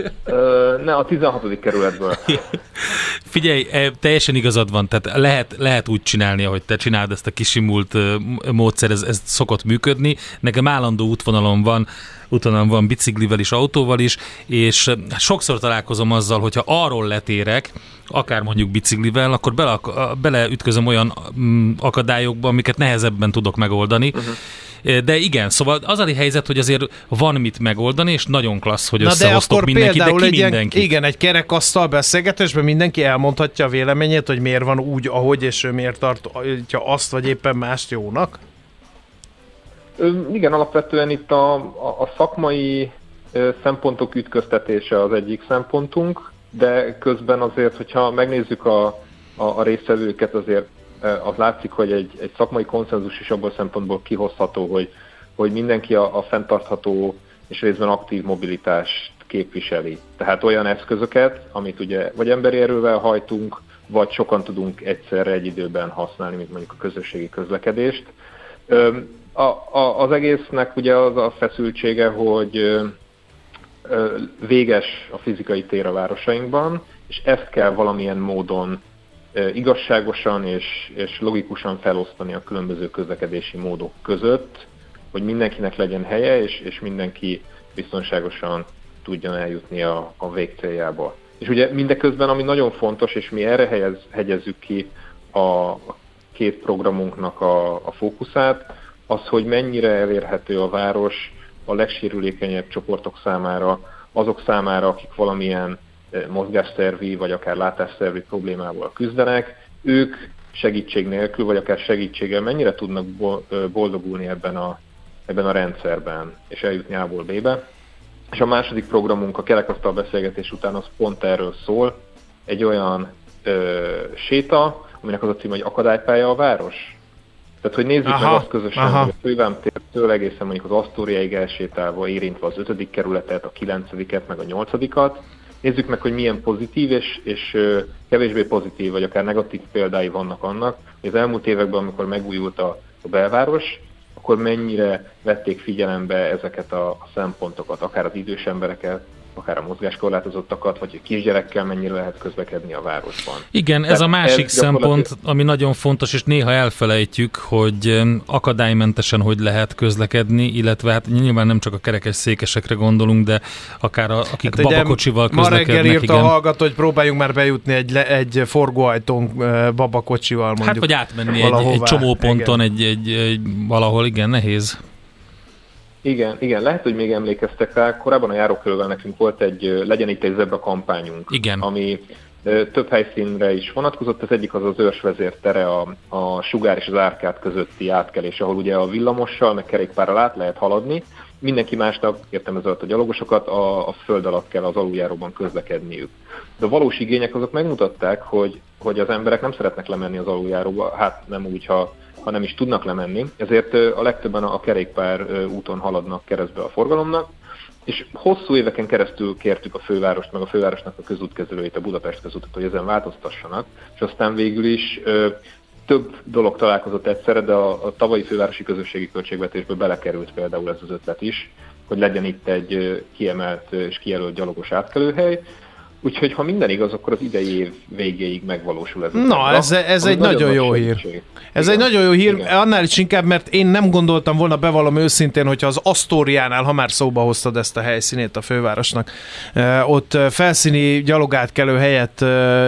Ne, a 16. kerületből. Figyelj, teljesen igazad van, tehát lehet úgy csinálni, ahogy te csináld ezt a kisimult módszer, ez szokott működni. Nekem állandó útvonalon van útvonalon van biciklivel is, autóval is, és sokszor találkozom azzal, hogyha arról letérek, akár mondjuk biciklivel, akkor beleütközöm olyan akadályokba, amiket nehezebben tudok megoldani. De igen, szóval az a helyzet, hogy azért van mit megoldani, és nagyon klassz, hogy összehoztok mindenkit, de ki mindenki. Igen, egy kerekasztal beszélgetésben mindenki elmondhatja a véleményét, hogy miért van úgy, ahogy, és ő miért tartja azt, vagy éppen mást jónak? Igen, alapvetően itt a szakmai szempontok ütköztetése az egyik szempontunk, de közben azért, hogyha megnézzük a résztvevőket, azért az látszik, hogy egy szakmai konszenzus is abból szempontból kihozható, hogy mindenki a fenntartható és részben aktív mobilitást képviseli. Tehát olyan eszközöket, amit ugye vagy emberi erővel hajtunk, vagy sokan tudunk egyszerre egy időben használni, mint mondjuk a közösségi közlekedést. Az egésznek ugye az a feszültsége, hogy véges a fizikai tér a városainkban, és ezt kell valamilyen módon igazságosan és logikusan felosztani a különböző közlekedési módok között, hogy mindenkinek legyen helye, és mindenki biztonságosan tudjon eljutni a végcéljába. És ugye mindeközben, ami nagyon fontos, és mi erre hegyezzük ki a két programunknak a fókuszát, az, hogy mennyire elérhető a város a legsérülékenyebb csoportok számára, azok számára, akik valamilyen mozgásszervi vagy akár látásszervi problémával küzdenek, ők segítség nélkül, vagy akár segítséggel mennyire tudnak boldogulni ebben a rendszerben, és eljutni A-ból B-be. És a második programunk a kerekasztal beszélgetés után az pont erről szól, egy olyan séta, aminek az a cím, hogy akadálypálya a város. Tehát, hogy nézzük meg azt közösen, hogy a Fővámtértől egészen mondjuk az Asztóriáig elsétálva, érintve az 5. kerületet, a 9-et, meg a 8-at. Nézzük meg, hogy milyen pozitív és kevésbé pozitív, vagy akár negatív példái vannak annak, hogy az elmúlt években, amikor megújult a belváros, akkor mennyire vették figyelembe ezeket a szempontokat, akár az idős embereket, akár a mozgáskorlátozottakat, vagy a kisgyerekkel mennyire lehet közlekedni a városban. Igen, ez a másik szempont, ami nagyon fontos, és néha elfelejtjük, hogy akadálymentesen hogy lehet közlekedni, illetve hát nyilván nem csak a kerekes székesekre gondolunk, de akár akik hát babakocsival közlekednek. Ma reggel írta a hallgató, hogy próbáljunk már bejutni egy forgóajtón babakocsival mondjuk. Hát vagy átmenni egy csomóponton, egy valahol, igen, nehéz. Igen, lehet, hogy még emlékeztek rá, korábban a járókörülvel nekünk volt egy Legyen itt egy zebra kampányunk, igen, ami több helyszínre is vonatkozott. Az egyik az Őrsvezér tere, a Sugár és az Árkád közötti átkelés, ahol ugye a villamossal, meg kerékpárral át lehet haladni. Mindenki másnak, értem ez alatt a gyalogosokat, a föld alatt kell az aluljáróban közlekedniük. De a valós igények azok megmutatták, hogy az emberek nem szeretnek lemenni az aluljáróba, hát nem úgy, ha nem is tudnak lemenni, ezért a legtöbben a kerékpár úton haladnak keresztbe a forgalomnak, és hosszú éveken keresztül kértük a fővárost, meg a fővárosnak a közútkezelőit, a Budapest közútot, hogy ezen változtassanak, és aztán végül is több dolog találkozott egyszerre, de a tavalyi fővárosi közösségi költségvetésbe belekerült például ez az ötlet is, hogy legyen itt egy kiemelt és kijelölt gyalogos átkelőhely. Úgyhogy ha minden igaz, akkor az idei év végéig megvalósul ez. Na, ez egy nagyon jó hír. Ez egy nagyon jó hír, annál is inkább, mert én nem gondoltam volna, bevallom őszintén, hogyha az Asztóriánál, ha már szóba hoztad ezt a helyszínét a fővárosnak, ott felszíni gyalogátkelő helyet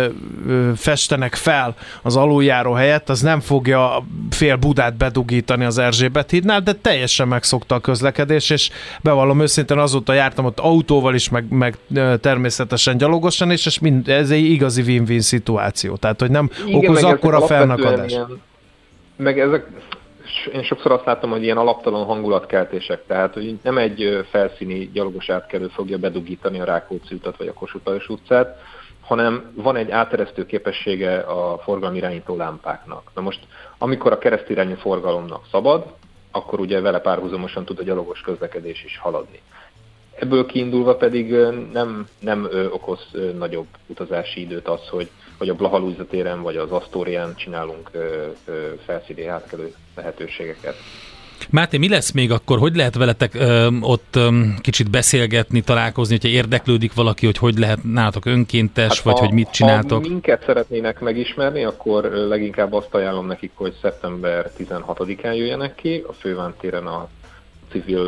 festenek fel az aluljáró helyett, az nem fogja fél Budát bedugítani az Erzsébet hídnál, de teljesen megszokta a közlekedés, és bevallom őszintén, azóta jártam ott autóval is, meg természetesen gyalogosan, és ez egy igazi win-win szituáció. Tehát, hogy nem okoz akkora felnakadást. Meg ezek, én sokszor azt látom, hogy ilyen alaptalan hangulatkeltések, tehát hogy nem egy felszíni gyalogos átkelő fogja bedugítani a Rákóczi utat vagy a Kossuth Lajos utcát, hanem van egy áteresztő képessége a forgalmirányító lámpáknak. Na most, amikor a keresztirányú forgalomnak szabad, akkor ugye vele párhuzamosan tud a gyalogos közlekedés is haladni. Ebből kiindulva pedig nem okoz nagyobb utazási időt az, hogy a Blaha Lujza téren vagy az Asztórián csinálunk felszíni átkelő lehetőségeket. Máté, mi lesz még akkor? Hogy lehet veletek ott kicsit beszélgetni, találkozni, hogyha érdeklődik valaki, hogy lehet nálatok önkéntes, vagy hogy mit csináltok? Ha minket szeretnének megismerni, akkor leginkább azt ajánlom nekik, hogy szeptember 16-án jöjjenek ki, a Fővám téren a civil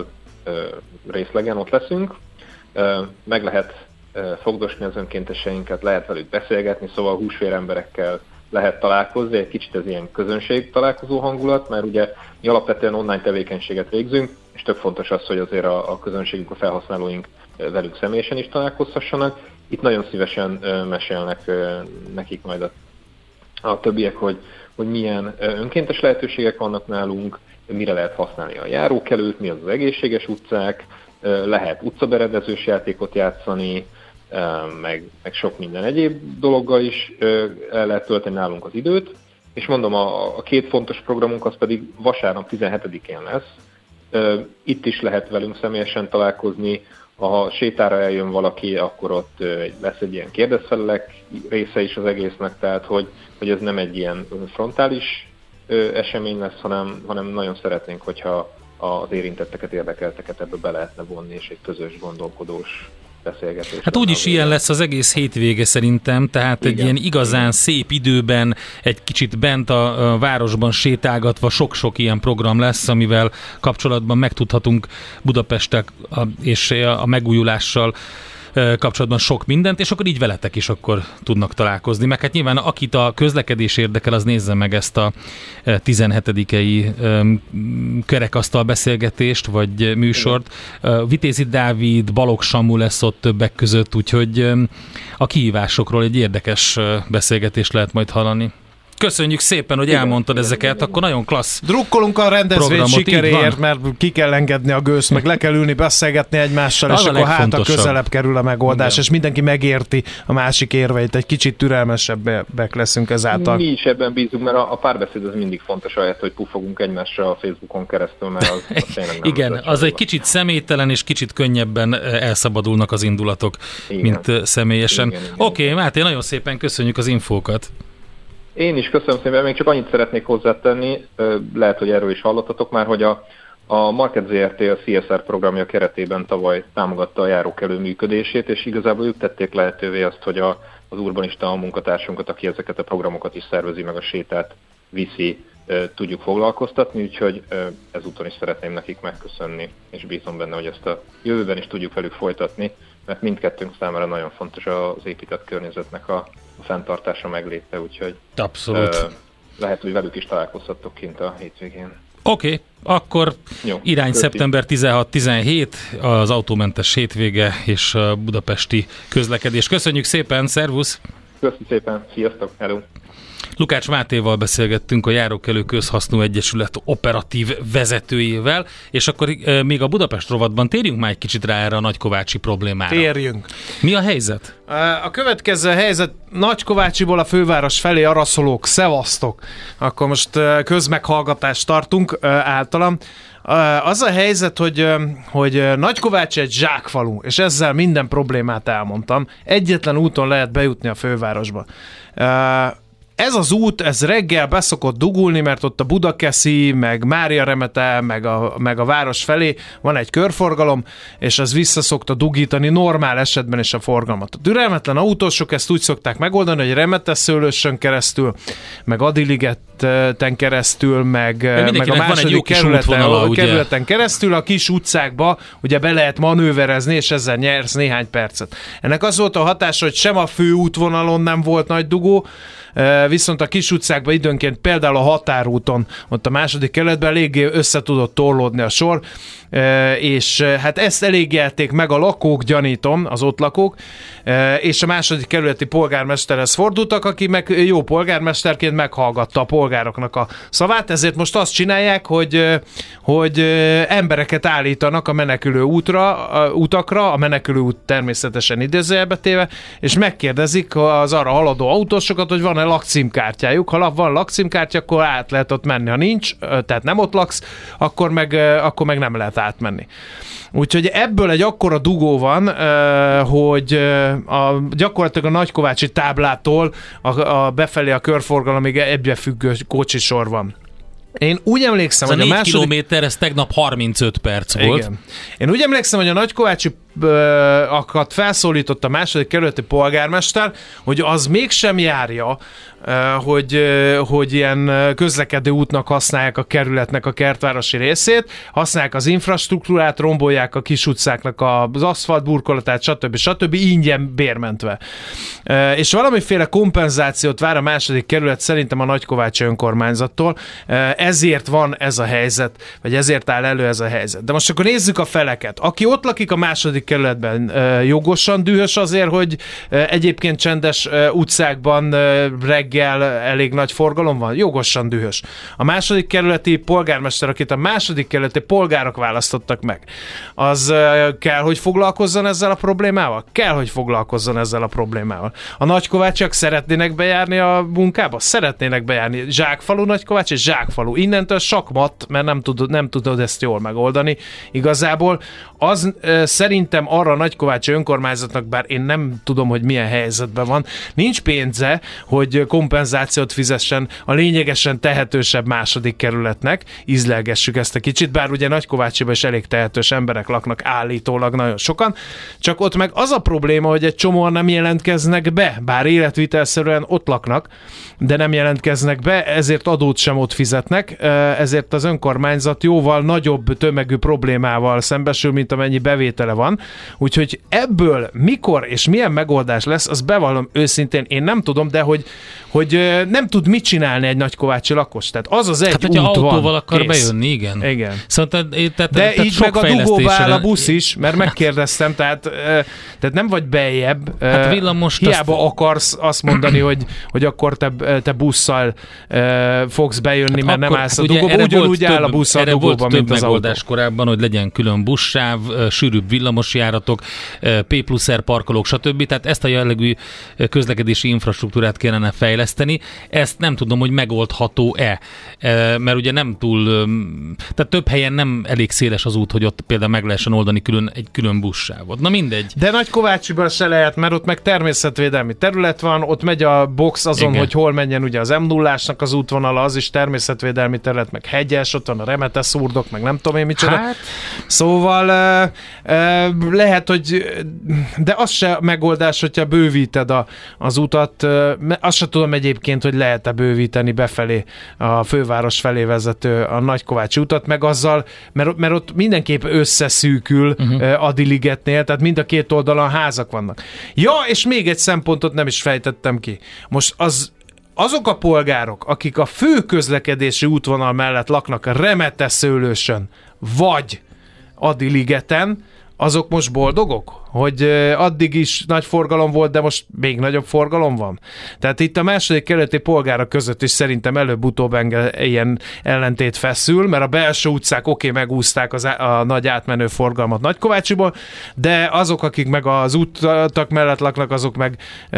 részlegen ott leszünk. Meg lehet fogdosni az önkénteseinket, lehet velük beszélgetni, szóval húsvér emberekkel lehet találkozni, egy kicsit ez ilyen közönség találkozó hangulat, mert ugye mi alapvetően online tevékenységet végzünk, és tök fontos az, hogy azért a közönségünk, a felhasználóink velük személyesen is találkozhassanak. Itt nagyon szívesen mesélnek nekik majd a többiek, hogy milyen önkéntes lehetőségek vannak nálunk, mire lehet használni a járókelőt, mi az egészséges utcák, lehet utcaberendezős játékot játszani, meg sok minden egyéb dologgal is el lehet tölteni nálunk az időt. És mondom, a két fontos programunk az pedig vasárnap 17-én lesz. Itt is lehet velünk személyesen találkozni. Ha sétára eljön valaki, akkor ott lesz egy ilyen kérdezfelelek része is az egésznek, tehát hogy ez nem egy ilyen frontális esemény lesz, hanem nagyon szeretnénk, hogyha az érintetteket, érdekelteket ebbe be lehetne vonni, és egy közös gondolkodós beszélgetés. Hát úgyis ilyen lesz az egész hétvége szerintem, tehát igen, egy ilyen igazán szép időben, egy kicsit bent a városban sétálgatva sok-sok ilyen program lesz, amivel kapcsolatban megtudhatunk Budapesttel és a megújulással kapcsolatban sok mindent, és akkor így veletek is akkor tudnak találkozni. Meg hát nyilván akit a közlekedés érdekel, az nézze meg ezt a 17-i kerekasztal beszélgetést, vagy műsort. Vitézi Dávid, Balogh Samu lesz ott többek között, úgyhogy a kihívásokról egy érdekes beszélgetést lehet majd hallani. Köszönjük szépen, hogy elmondtad ezeket, akkor nagyon klassz. Drukkolunk a rendezvény sikeréért, mert ki kell engedni a gőzt, meg le kell ülni, beszélgetni egymással, és akkor hát a közelebb kerül a megoldás, és mindenki megérti a másik érveit, egy kicsit türelmesebbek leszünk ezáltal. Mi is ebben bízunk, mert a párbeszéd az mindig fontos, ahelyett, hogy pufogunk egymásra a Facebookon keresztül, mert az tényleg nem. Igen, az egy kicsit személytelen, és kicsit könnyebben elszabadulnak az indulatok, igen, mint személyesen. Oké, Máté, nagyon szépen köszönjük az infókat. Én is köszönöm szépen, még csak annyit szeretnék hozzátenni, lehet, hogy erről is hallottatok már, hogy a Market ZRT a CSR programja keretében tavaly támogatta a járókelő működését, és igazából ők tették lehetővé azt, hogy az urbanista munkatársunkat, aki ezeket a programokat is szervezi, meg a sétát viszi, tudjuk foglalkoztatni, úgyhogy ezúton is szeretném nekik megköszönni, és bízom benne, hogy ezt a jövőben is tudjuk velük folytatni, mert mindkettőnk számára nagyon fontos az épített környezetnek a fenntartása, megléte, úgyhogy abszolút. Lehet, hogy velük is találkozhattok kint a hétvégén. Oké, akkor jó, irány szeptember 16-17, az autómentes hétvége és a budapesti közlekedés. Köszönjük szépen, szervusz! Köszönjük szépen, sziasztok, hello! Lukács Mátéval beszélgettünk, a Járókelő Közhasznú Egyesület operatív vezetőjével, és akkor még a Budapest rovatban térjünk már egy kicsit rá erre a nagykovácsi problémára. Térjünk. Mi a helyzet? A következő helyzet, Nagykovácsiból a főváros felé araszolók, szevasztok. Akkor most közmeghallgatást tartunk általam. Az a helyzet, hogy Nagykovácsi egy zsákfalu, és ezzel minden problémát elmondtam. Egyetlen úton lehet bejutni a fővárosba. Ez az út, ez reggel beszokott dugulni, mert ott a Budakeszi, meg Mária Remete, meg a város felé van egy körforgalom, és az visszaszokta dugítani normál esetben is a forgalmat. A türelmetlen autósok ezt úgy szokták megoldani, hogy Remete Szőlősön keresztül, meg Adiligeten keresztül, meg a második kerületen keresztül a kis utcákba ugye be lehet manőverezni, és ezzel nyersz néhány percet. Ennek az volt a hatása, hogy sem a főútvonalon nem volt nagy dugó, viszont a kis utcákban időnként, például a Határúton, ott a második kerületben eléggé össze tudott torlódni a sor, és hát ezt elégelték meg a lakók, gyanítom, az ott lakók, és a második kerületi polgármesterhez fordultak, aki meg jó polgármesterként meghallgatta a polgároknak a szavát, ezért most azt csinálják, hogy embereket állítanak a menekülő utakra, a menekülő út természetesen idézőjelbe téve, és megkérdezik az arra haladó autósokat, hogy van-e lakcímkártyájuk. Ha van lakcímkártya, akkor át lehet ott menni. Ha nincs, tehát nem ott laksz, akkor meg nem lehet átmenni. Úgyhogy ebből egy akkora dugó van, hogy gyakorlatilag a Nagykovácsi táblától befelé a körforgalomig egybefüggő kocsisor van. Én úgy emlékszem, hogy a 4 kilométer, ez tegnap 35 perc volt. Igen. Én úgy emlékszem, hogy a Nagykovácsi akat felszólított a második kerületi polgármester, hogy az mégsem járja, hogy ilyen közlekedő útnak használják a kerületnek a kertvárosi részét, használják az infrastruktúrát, rombolják a kis utcáknak az aszfaltburkolatát, stb. Ingyen bérmentve. És valamiféle kompenzációt vár a második kerület szerintem a Nagykovácsi önkormányzattól, ezért van ez a helyzet, vagy ezért áll elő ez a helyzet. De most akkor nézzük a feleket. Aki ott lakik a második kerületben, jogosan dühös azért, hogy egyébként csendes utcákban reggel elég nagy forgalom van? Jogosan dühös. A második kerületi polgármester, akit a második kerületi polgárok választottak meg, az kell, hogy foglalkozzon ezzel a problémával? Kell, hogy foglalkozzon ezzel a problémával. A nagykovácsiak szeretnének bejárni a munkába? Szeretnének bejárni. Zsákfalu Nagykovács és Zsákfalu. Innentől sakmat, mert nem tudod ezt jól megoldani. Igazából az szerintem arra a Nagykovácsi önkormányzatnak, bár én nem tudom, hogy milyen helyzetben van, nincs pénze, hogy kompenzációt fizessen a lényegesen tehetősebb második kerületnek. Ízlelgessük ezt a kicsit, bár ugye Nagykovácsiban is elég tehetős emberek laknak állítólag nagyon sokan, csak ott meg az a probléma, hogy egy csomóan nem jelentkeznek be, bár életvitelszerűen ott laknak, de nem jelentkeznek be, ezért adót sem ott fizetnek, ezért az önkormányzat jóval nagyobb tömegű problémával szembesül, mint amennyi bevétele van. Úgyhogy ebből mikor és milyen megoldás lesz, az bevallom őszintén, én nem tudom, de hogy nem tud mit csinálni egy nagykovácsi lakos. Tehát az az egy út van. Autóval akar bejönni, igen. Szóval de így meg a dugóba áll a busz is, mert megkérdeztem, tehát nem vagy beljebb. Hát villamos hiába akarsz azt mondani, hogy akkor te busszal fogsz bejönni, hát mert nem állsz a dugóba. Ugyanúgy áll a busz a dugóba, mint az megoldás autó. Korábban, hogy legyen külön buszsáv, sűrűbb villamosjáratok, P+R parkolók, stb. Tehát ezt a jellegű közlekedési infrastruktúrát kellene fejleszteni. Ezt nem tudom, hogy megoldható-e. Mert ugye nem túl, tehát több helyen nem elég széles az út, hogy ott például meg lehessen oldani egy külön buszsávot. Na mindegy. De Nagykovácsiban se lehet, mert ott meg természetvédelmi terület van, ott megy a box azon, igen, hogy hol menjen ugye az M0-ásnak az útvonala, az is természetvédelmi terület, meg hegyes, ott van a remete szurdok, meg nem tudom én micsoda. Hát. Szóval lehet, hogy de az se megoldás, hogyha bővíted az utat. Azt se tudom egyébként, hogy lehet-e bővíteni befelé a főváros felé vezető a Nagykovácsi utat, meg azzal, mert ott mindenképp összeszűkül Adi-ligetnél, tehát mind a két oldalon házak vannak. Ja, és még egy szempontot nem is fejtettem ki. Most azok a polgárok, akik a fő közlekedési útvonal mellett laknak Remete-Szőlősön, vagy Adi-ligeten, azok most boldogok? Hogy addig is nagy forgalom volt, de most még nagyobb forgalom van? Tehát itt a második kerületi polgárok között is szerintem előbb-utóbb ilyen ellentét feszül, mert a belső utcák megúzták a nagy átmenő forgalmat Nagykovácsiból, de azok, akik meg az útak mellett laknak, azok meg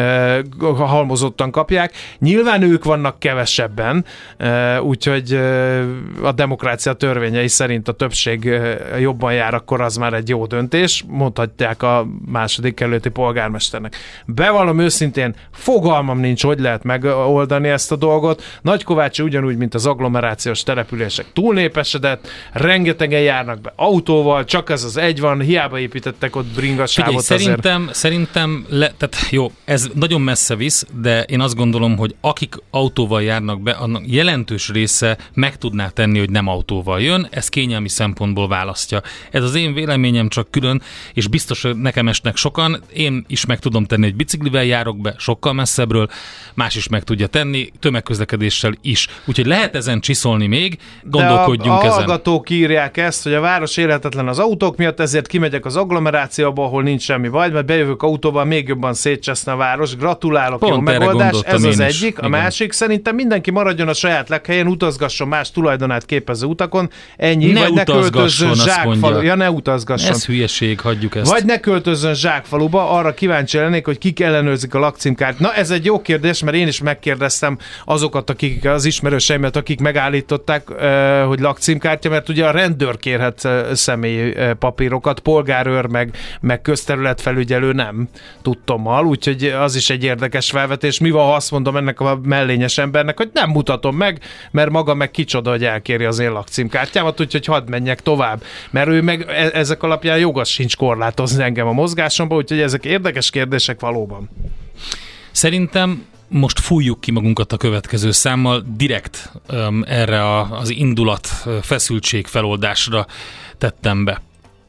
halmozottan kapják. Nyilván ők vannak kevesebben, úgyhogy a demokrácia törvényei szerint a többség jobban jár, akkor az már egy jó döntés, mondhatják a második kerületi polgármesternek. Bevallom őszintén, fogalmam nincs, hogy lehet megoldani ezt a dolgot. Nagykovácsi ugyanúgy, mint az agglomerációs települések túlnépesedett, rengetegen járnak be autóval, csak ez az egy van, hiába építettek ott bringasávot. Szerintem tehát jó, ez nagyon messze visz, de én azt gondolom, hogy akik autóval járnak be, annak jelentős része meg tudná tenni, hogy nem autóval jön, ez kényelmi szempontból választja. Ez az én véleményem, csak külön, és biztos, hogy nekem esnek sokan, én is meg tudom tenni, hogy biciklivel járok be sokkal messzebbről, más is meg tudja tenni, tömegközlekedéssel is. Úgyhogy lehet ezen csiszolni még, gondolkodjunk ezen. De a hallgatók írják ezt, hogy a város életetlen az autók miatt, ezért kimegyek az agglomerációba, ahol nincs semmi baj, mert bejövök autóval, még jobban szétcseszne a város. Gratulálok, pont jó megoldás, ez az egyik. A másik, szerintem mindenki maradjon a saját lakhelyen, utazgasson más tulajdonát képező utakon, ennyi, ne vagy ne költözzön Zsákfalu. Ja, ne utazgasson. Ez hülyeség, hagyjuk ezt. Vagy ne költözzön költözzön Zsákfaluba, arra kíváncsi lennék, hogy kik ellenőrzik a lakcímkártyát. Na, ez egy jó kérdés, mert én is megkérdeztem azokat, akik az ismerőseimet, akik megállították, hogy lakcímkártya, mert ugye a rendőr kérhet személyi papírokat, polgárőr meg közterületfelügyelő nem tudtommal, úgyhogy az is egy érdekes felvetés. Mi van, ha azt mondom ennek a mellényes embernek, hogy nem mutatom meg, mert maga meg kicsoda, hogy elkéri az én lakcímkártyámat, úgyhogy hadd menjek tovább. Mert ő meg ezek alapján joga sincs korlátozni engem a mozgásomba, úgyhogy ezek érdekes kérdések valóban. Szerintem most fújjuk ki magunkat a következő számmal, direkt erre az indulat feszültség feloldásra tettem be.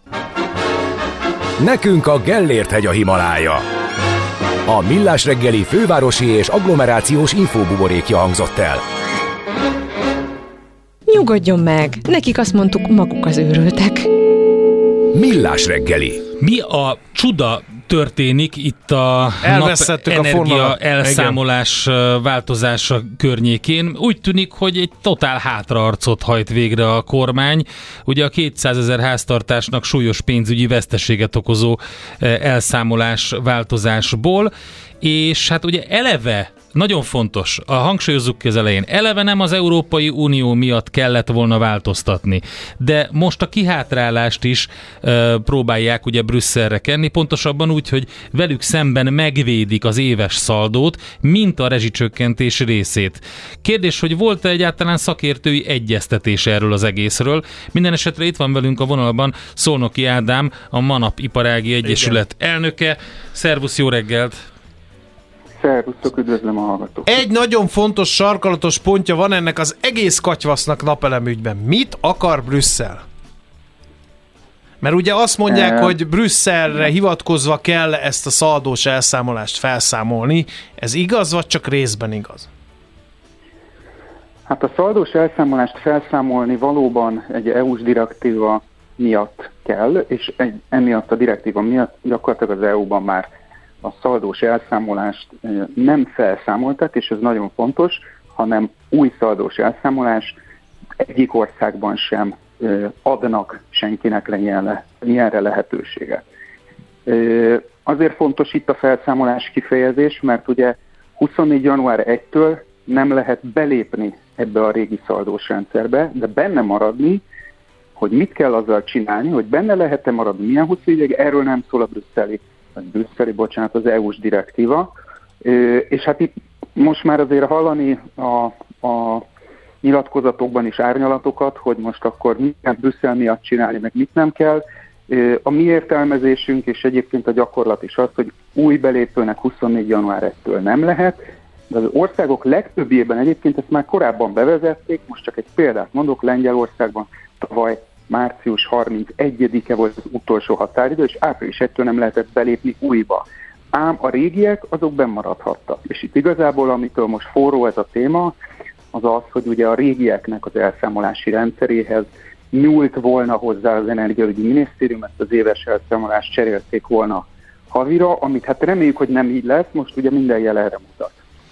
Nekünk a Gellért-hegy a Himalája. A Millás reggeli fővárosi és agglomerációs infóbuborékja hangzott el. Nyugodjon meg, nekik azt mondtuk, maguk az őrültek. Millás reggeli. Mi a csuda történik itt a napenergia elszámolás változása környékén? Úgy tűnik, hogy egy totál hátraarcot hajt végre a kormány. Ugye a 200 000 háztartásnak súlyos pénzügyi veszteséget okozó elszámolás változásból, és hát ugye eleve nagyon fontos, hangsúlyozzuk ki az elején, eleve nem az Európai Unió miatt kellett volna változtatni, de most a kihátrálást is próbálják ugye Brüsszelre kenni, pontosabban úgy, hogy velük szemben megvédik az éves szaldót, mint a rezsicsökkentés részét. Kérdés, hogy volt-e egyáltalán szakértői egyeztetés erről az egészről? Minden esetre itt van velünk a vonalban Szolnoki Ádám, a Manap Iparági Egyesület elnöke. Szervusz, jó reggelt! Szervusztok, üdvözlöm a hallgatókat. Egy nagyon fontos sarkalatos pontja van ennek az egész katyvasznak napelemügyben. Mit akar Brüsszel? Mert ugye azt mondják, hogy Brüsszelre hivatkozva kell ezt a szaldós elszámolást felszámolni. Ez igaz, vagy csak részben igaz? Hát a szaldós elszámolást felszámolni valóban egy EU-s direktíva miatt kell, és emiatt a direktíva miatt gyakorlatilag az EU-ban már a szaldós elszámolást nem felszámoltak, és ez nagyon fontos, hanem új szaldós elszámolás egyik országban sem adnak senkinek ilyenre lehetőséget. Azért fontos itt a felszámolás kifejezés, mert ugye 24. január 1-től nem lehet belépni ebbe a régi szaldós rendszerbe, de benne maradni, hogy mit kell azzal csinálni, hogy benne lehet-e maradni, milyen hosszú ideig, erről nem szól a az EU-s direktíva, és hát itt most már azért hallani a nyilatkozatokban is árnyalatokat, hogy most akkor mit kell Brüsszel miatt csinálni, meg mit nem kell. A mi értelmezésünk, és egyébként a gyakorlat is az, hogy új belépőnek 24. január 1-től nem lehet, de az országok legtöbbjében egyébként ezt már korábban bevezették, most csak egy példát mondok, Lengyelországban tavaly március 31-e volt az utolsó határidő, és április 1-től nem lehetett belépni újba. Ám a régiek azok bennmaradhattak. És itt igazából, amitől most forró ez a téma, az az, hogy ugye a régieknek az elszámolási rendszeréhez nyúlt volna hozzá az Energiaügyi Minisztérium, ezt az éves elszámolást cserélték volna havira, amit hát reméljük, hogy nem így lesz, most ugye minden jel erre mutat.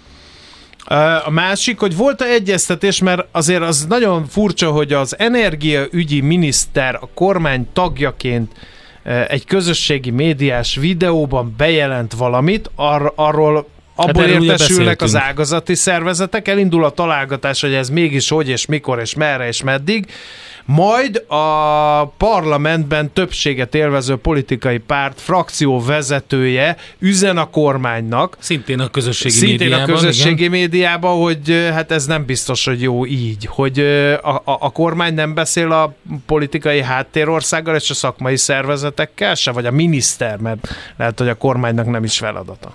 A másik, hogy volt-e egyeztetés, mert azért az nagyon furcsa, hogy az energiaügyi miniszter a kormány tagjaként egy közösségi médiás videóban bejelent valamit, arról abból értesülnek az ágazati szervezetek, elindul a találgatás, hogy ez mégis hogy és mikor és merre és meddig, majd a parlamentben többséget élvező politikai párt frakció vezetője üzen a kormánynak. Szintén a közösségi médiában, hogy hát ez nem biztos, hogy jó így, hogy a kormány nem beszél a politikai háttérországgal és a szakmai szervezetekkel se, vagy a miniszter, mert lehet, hogy a kormánynak nem is feladata.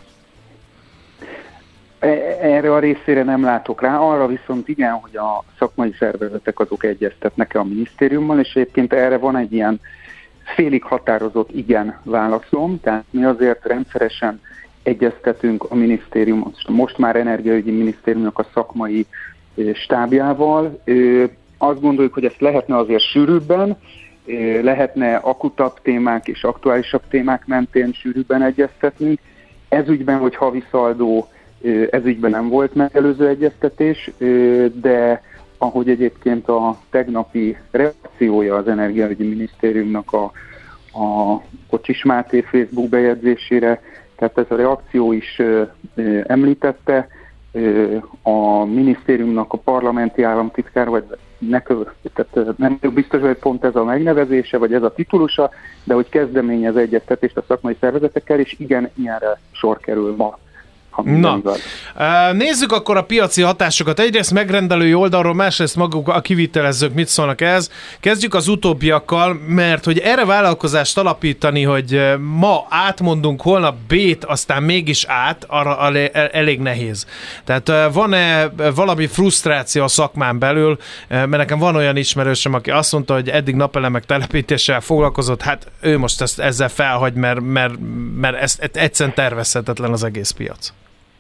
Erre a részére nem látok rá, arra viszont igen, hogy a szakmai szervezetek azok egyeztetnek a minisztériummal, és egyébként erre van egy ilyen félig határozott igen válaszom, tehát mi azért rendszeresen egyeztetünk a minisztérium, most már energiaügyi minisztériumnak a szakmai stábjával. Azt gondoljuk, hogy ezt lehetne azért sűrűbben, lehetne akutabb témák és aktuálisabb témák mentén sűrűbben egyeztetnünk. Ez ügyben, hogy havi szaldó, ez ügyben nem volt megelőző egyeztetés, de ahogy egyébként a tegnapi reakciója az Energiaügyi Minisztériumnak a a Kocsis Máté Facebook bejegyzésére, tehát ez a reakció is említette, a minisztériumnak a parlamenti államtitkár, vagy tehát nem biztos, hogy pont ez a megnevezése, vagy ez a titulusa, de hogy kezdeményez egyeztetést a szakmai szervezetekkel, és igen, ilyenre sor kerül ma. Na, nézzük akkor a piaci hatásokat. Egyrészt megrendelői oldalról, másrészt maguk a kivitelezők mit szólnak ehhez. Kezdjük az utóbbiakkal, mert hogy erre vállalkozást alapítani, hogy ma átmondunk, holnap B-t, aztán mégis át, arra elég nehéz. Tehát van-e valami frusztráció a szakmán belül, mert nekem van olyan ismerősöm, aki azt mondta, hogy eddig napelemek telepítéssel foglalkozott, hát ő most ezzel felhagy, mert ez egyszerűen tervezhetetlen az egész piac.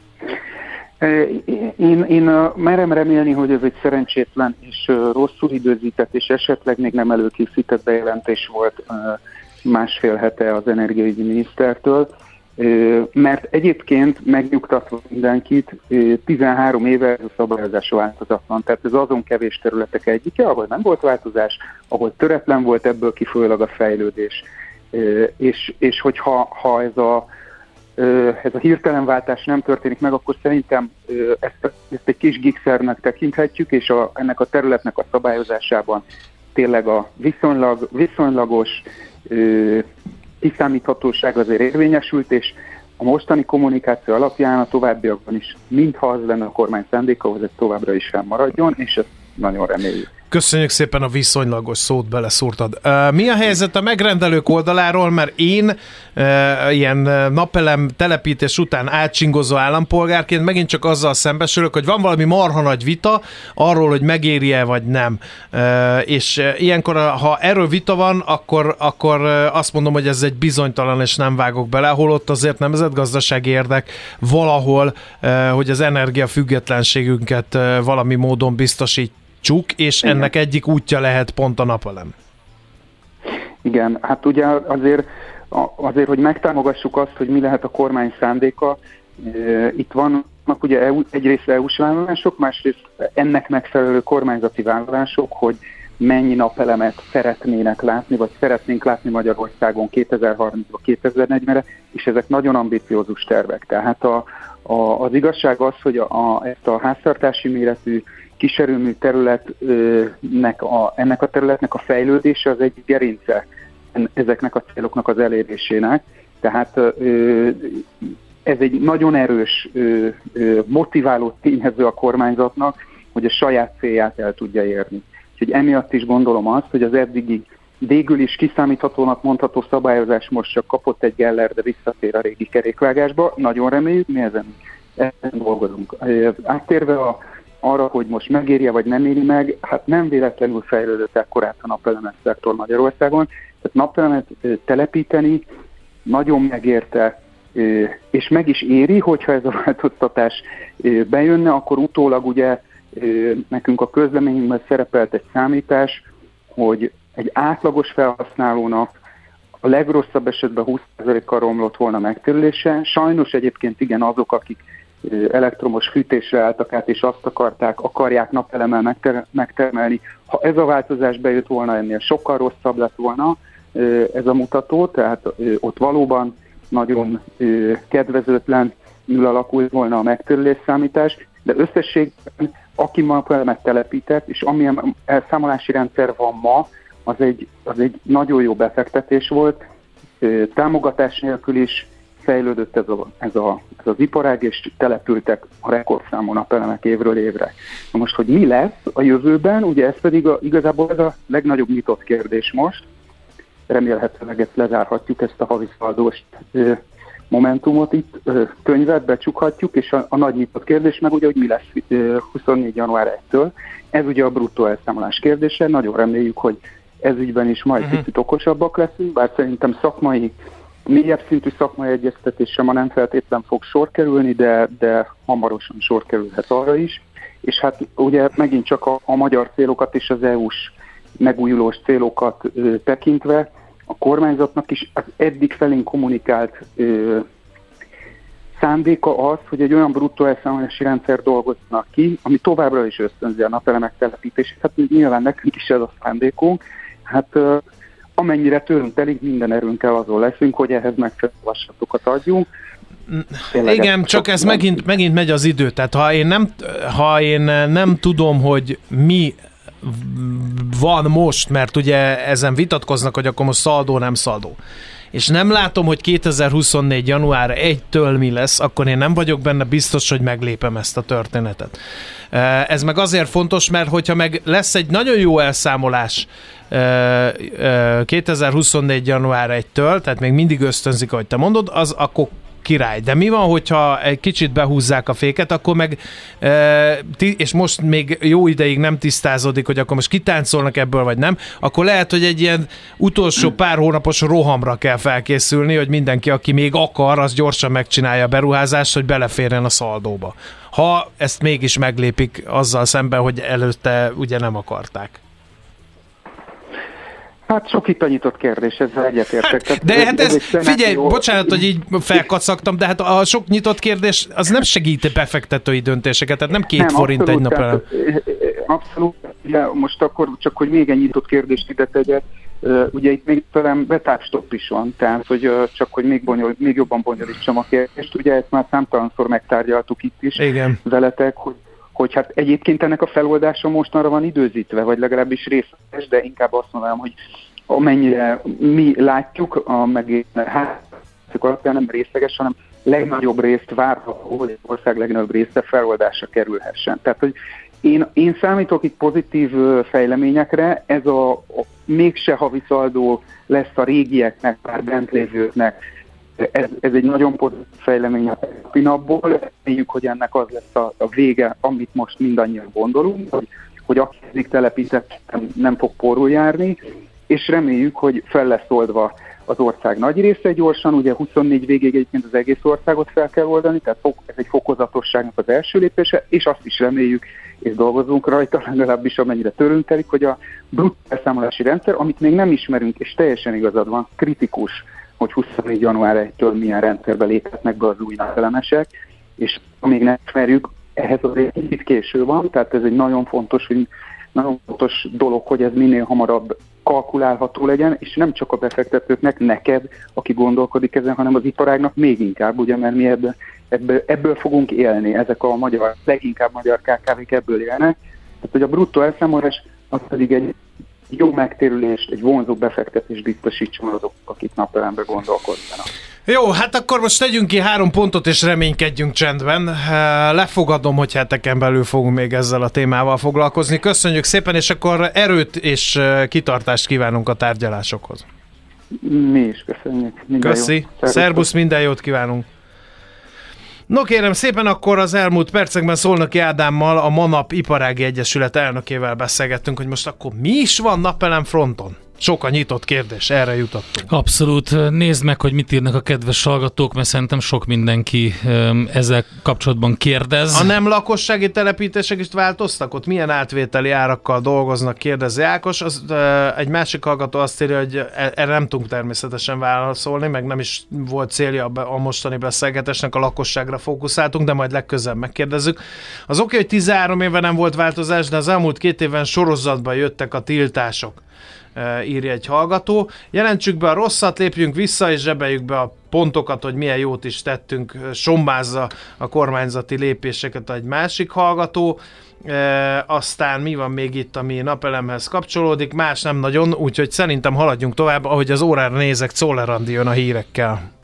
Én merem remélni, hogy ez egy szerencsétlen és rosszul időzített és esetleg még nem előkészített bejelentés volt másfél hete az energiaügyi minisztertől, mert egyébként megnyugtatva mindenkit, 13 éve ez a szabályozás változatlan, tehát ez azon kevés területek egyike, ahol nem volt változás, ahol töretlen volt ebből kifolyólag a fejlődés, és hogyha ez a hirtelen váltás nem történik meg, akkor szerintem ezt egy kis gigszernek tekinthetjük, és ennek a területnek a szabályozásában tényleg a viszonylagos kiszámíthatóság azért érvényesült, és a mostani kommunikáció alapján a továbbiakban is, mintha az lenne a kormány szándéka, hogy ez továbbra is fennmaradjon, és ezt nagyon reméljük. Köszönjük szépen, a viszonylagos szót beleszúrtad. Mi a helyzet a megrendelők oldaláról, mert én ilyen napelem telepítés után átcsingozó állampolgárként megint csak azzal szembesülök, hogy van valami marha nagy vita arról, hogy megéri-e vagy nem. És ilyenkor, ha erről vita van, akkor azt mondom, hogy ez egy bizonytalan, és nem vágok bele, holott azért nemzetgazdasági érdek valahol, hogy az energiafüggetlenségünket valami módon biztosít, és igen. Ennek egyik útja lehet pont a napelem. Igen, hát ugye azért, hogy megtámogassuk azt, hogy mi lehet a kormány szándéka, itt vannak ugye egyrészt EU-s vállalások, másrészt ennek megfelelő kormányzati vállalások, hogy mennyi napelemet szeretnének látni, vagy szeretnénk látni Magyarországon 2030-ba, 2040-re, és ezek nagyon ambiciózus tervek. Tehát az igazság az, hogy ezt a háztartási méretű kiserőmű területnek ennek a területnek a fejlődése az egy gerince ezeknek a céloknak az elérésének. Tehát ez egy nagyon erős motiváló tényező a kormányzatnak, hogy a saját célját el tudja érni. Úgyhogy emiatt is gondolom azt, hogy az eddigi végül is kiszámíthatónak mondható szabályozás most csak kapott egy geller, de visszatér a régi kerékvágásba. Nagyon reméljük, mi ezen dolgozunk. Áttérve arra, hogy most megérje vagy nem éri meg, hát nem véletlenül fejlődött ekkorát a napelemes szektor Magyarországon. Tehát napelemet telepíteni nagyon megérte, és meg is éri, hogyha ez a változtatás bejönne, akkor utólag ugye nekünk a közleményünkben szerepelt egy számítás, hogy egy átlagos felhasználónak a legrosszabb esetben 20%-kal romlott volna megtérülése. Sajnos egyébként igen, azok, akik elektromos fűtésre álltak át, és azt akarják napelemmel megtermelni. Ha ez a változás bejött volna, ennél sokkal rosszabb lett volna ez a mutató, tehát ott valóban nagyon kedvezőtlenül alakult volna a megtérülés számítás, de összességben aki napelemet telepített, és amilyen elszámolási rendszer van ma, az egy nagyon jó befektetés volt, támogatás nélkül is fejlődött ez az iparág, és települtek a rekordszámú napelemek évről évre. Na most, hogy mi lesz a jövőben, ugye ez pedig igazából ez a legnagyobb nyitott kérdés most. Remélhetőleg ezt lezárhatjuk, ezt a haviszaldós momentumot itt, könyvet becsukhatjuk, és a nagy nyitott kérdés meg ugye, hogy mi lesz 24. január 1-től. Ez ugye a bruttó elszámolás kérdése. Nagyon reméljük, hogy ez ügyben is majd picit okosabbak leszünk, bár szerintem mélyebb szintű szakmai egyeztetésre ma nem feltétlen fog sor kerülni, de hamarosan sor kerülhet arra is. És hát ugye megint csak a magyar célokat és az EU-s megújulós célokat tekintve a kormányzatnak is az eddig felénk kommunikált szándéka az, hogy egy olyan bruttó elszámolási rendszer dolgoznak ki, ami továbbra is ösztönzi a napelemek telepítését. Hát nyilván nekünk is ez a szándékunk. Hát amennyire tőlünk telik, minden erőnkkel azon leszünk, hogy ehhez megfelelő javaslatokat adjunk. Tényleg igen, csak ez megint megy az idő. Tehát ha én nem tudom, hogy mi van most, mert ugye ezen vitatkoznak, hogy akkor most szaldó, nem szaldó. És nem látom, hogy 2024. január 1-től mi lesz, akkor én nem vagyok benne biztos, hogy meglépem ezt a történetet. Ez meg azért fontos, mert hogyha meg lesz egy nagyon jó elszámolás 2024. január 1-től, tehát még mindig ösztönzik, ahogy te mondod, az akkor király. De mi van, hogyha egy kicsit behúzzák a féket, akkor meg, és most még jó ideig nem tisztázódik, hogy akkor most kitáncolnak ebből, vagy nem, akkor lehet, hogy egy ilyen utolsó pár hónapos rohamra kell felkészülni, hogy mindenki, aki még akar, az gyorsan megcsinálja a beruházást, hogy beleférjen a szaldóba. Ha ezt mégis meglépik azzal szemben, hogy előtte ugye nem akarták. Hát sok itt a nyitott kérdés, ezzel egyetértek. De hát ez figyelj, bocsánat, hogy így felkacagtam, de hát a sok nyitott kérdés az nem segít befektetői döntéseket, tehát nem 2 forint abszolút, egy nap elem. Abszolút, ugye most akkor csak, hogy még egy nyitott kérdést ide tegyek, ugye itt még talán betápstopp is van, tehát hogy csak hogy még jobban bonyolítsam a kérdést, ugye ezt már számtalanszor megtárgyaltuk itt is. Igen. Veletek, hogy hát egyébként ennek a feloldása mostanra van időzítve, vagy legalábbis részletes, de inkább azt mondanám, hogy amennyire mi látjuk, alapján nem részleges, hanem legnagyobb részt várható, hogy az ország legnagyobb része feloldásra kerülhessen. Tehát, hogy én számítok itt pozitív fejleményekre, ez a mégse havi szaldó lesz a régieknek, pár bent lévőknek, ez egy nagyon pozitív fejlemény a napból. Reméljük, hogy ennek az lesz a vége, amit most mindannyian gondolunk, hogy aki eddig telepített nem fog porul járni, és reméljük, hogy fel lesz oldva az ország nagy része gyorsan, ugye 24 végéig egyébként az egész országot fel kell oldani, tehát ez egy fokozatosságnak az első lépése, és azt is reméljük, és dolgozunk rajta, legalábbis amennyire tőlünk telik, hogy a bruttó elszámolási rendszer, amit még nem ismerünk, és teljesen igazad van, kritikus, hogy 24. január 1-től milyen rendszerbe léphetnek be az új napelemesek, és még nem ismerjük, ehhez azért kicsit késő van, tehát ez egy nagyon fontos dolog, hogy ez minél hamarabb kalkulálható legyen, és nem csak a befektetőknek, neked, aki gondolkodik ezen, hanem az iparágnak még inkább, ugye, mert mi ebből fogunk élni, ezek a leginkább magyar KKV-k ebből élnek, tehát hogy a bruttó elszámolás az pedig egy jó megtérülést, egy vonzó befektetést biztosítson azok, akik napelembe gondolkodjanak. Jó, hát akkor most tegyünk ki 3 pontot, és reménykedjünk csendben. Lefogadom, hogy heteken belül fogunk még ezzel a témával foglalkozni. Köszönjük szépen, és akkor erőt és kitartást kívánunk a tárgyalásokhoz. Mi is köszönjük. Köszi. Szerbusz, minden jót kívánunk. No kérem szépen, akkor az elmúlt percekben Szolnoki Ádámmal, a Manap Iparági Egyesület elnökével beszélgettünk, hogy most akkor mi is van napelem fronton? Sok a nyitott kérdés, erre jutottunk. Abszolút. Nézd meg, hogy mit írnak a kedves hallgatók, mert szerintem sok mindenki ezzel kapcsolatban kérdez. A nem lakossági telepítések is változtak? Ott milyen átvételi árakkal dolgoznak, kérdezi Ákos. Egy másik hallgató azt írja, hogy erre nem tudunk természetesen válaszolni, meg nem is volt célja a mostani beszélgetésnek, a lakosságra fókuszáltunk, de majd legközelebb megkérdezzük. Az oké, hogy 13 éve nem volt változás, de az elmúlt 2 évben sorozatban jöttek a tiltások, írja egy hallgató. Jelentsük be a rosszat, lépjünk vissza, és zsebeljük be a pontokat, hogy milyen jót is tettünk, sombázza a kormányzati lépéseket egy másik hallgató. Aztán mi van még itt, ami napelemhez kapcsolódik? Más nem nagyon, úgyhogy szerintem haladjunk tovább, ahogy az órára nézek, Czoller Andi jön a hírekkel.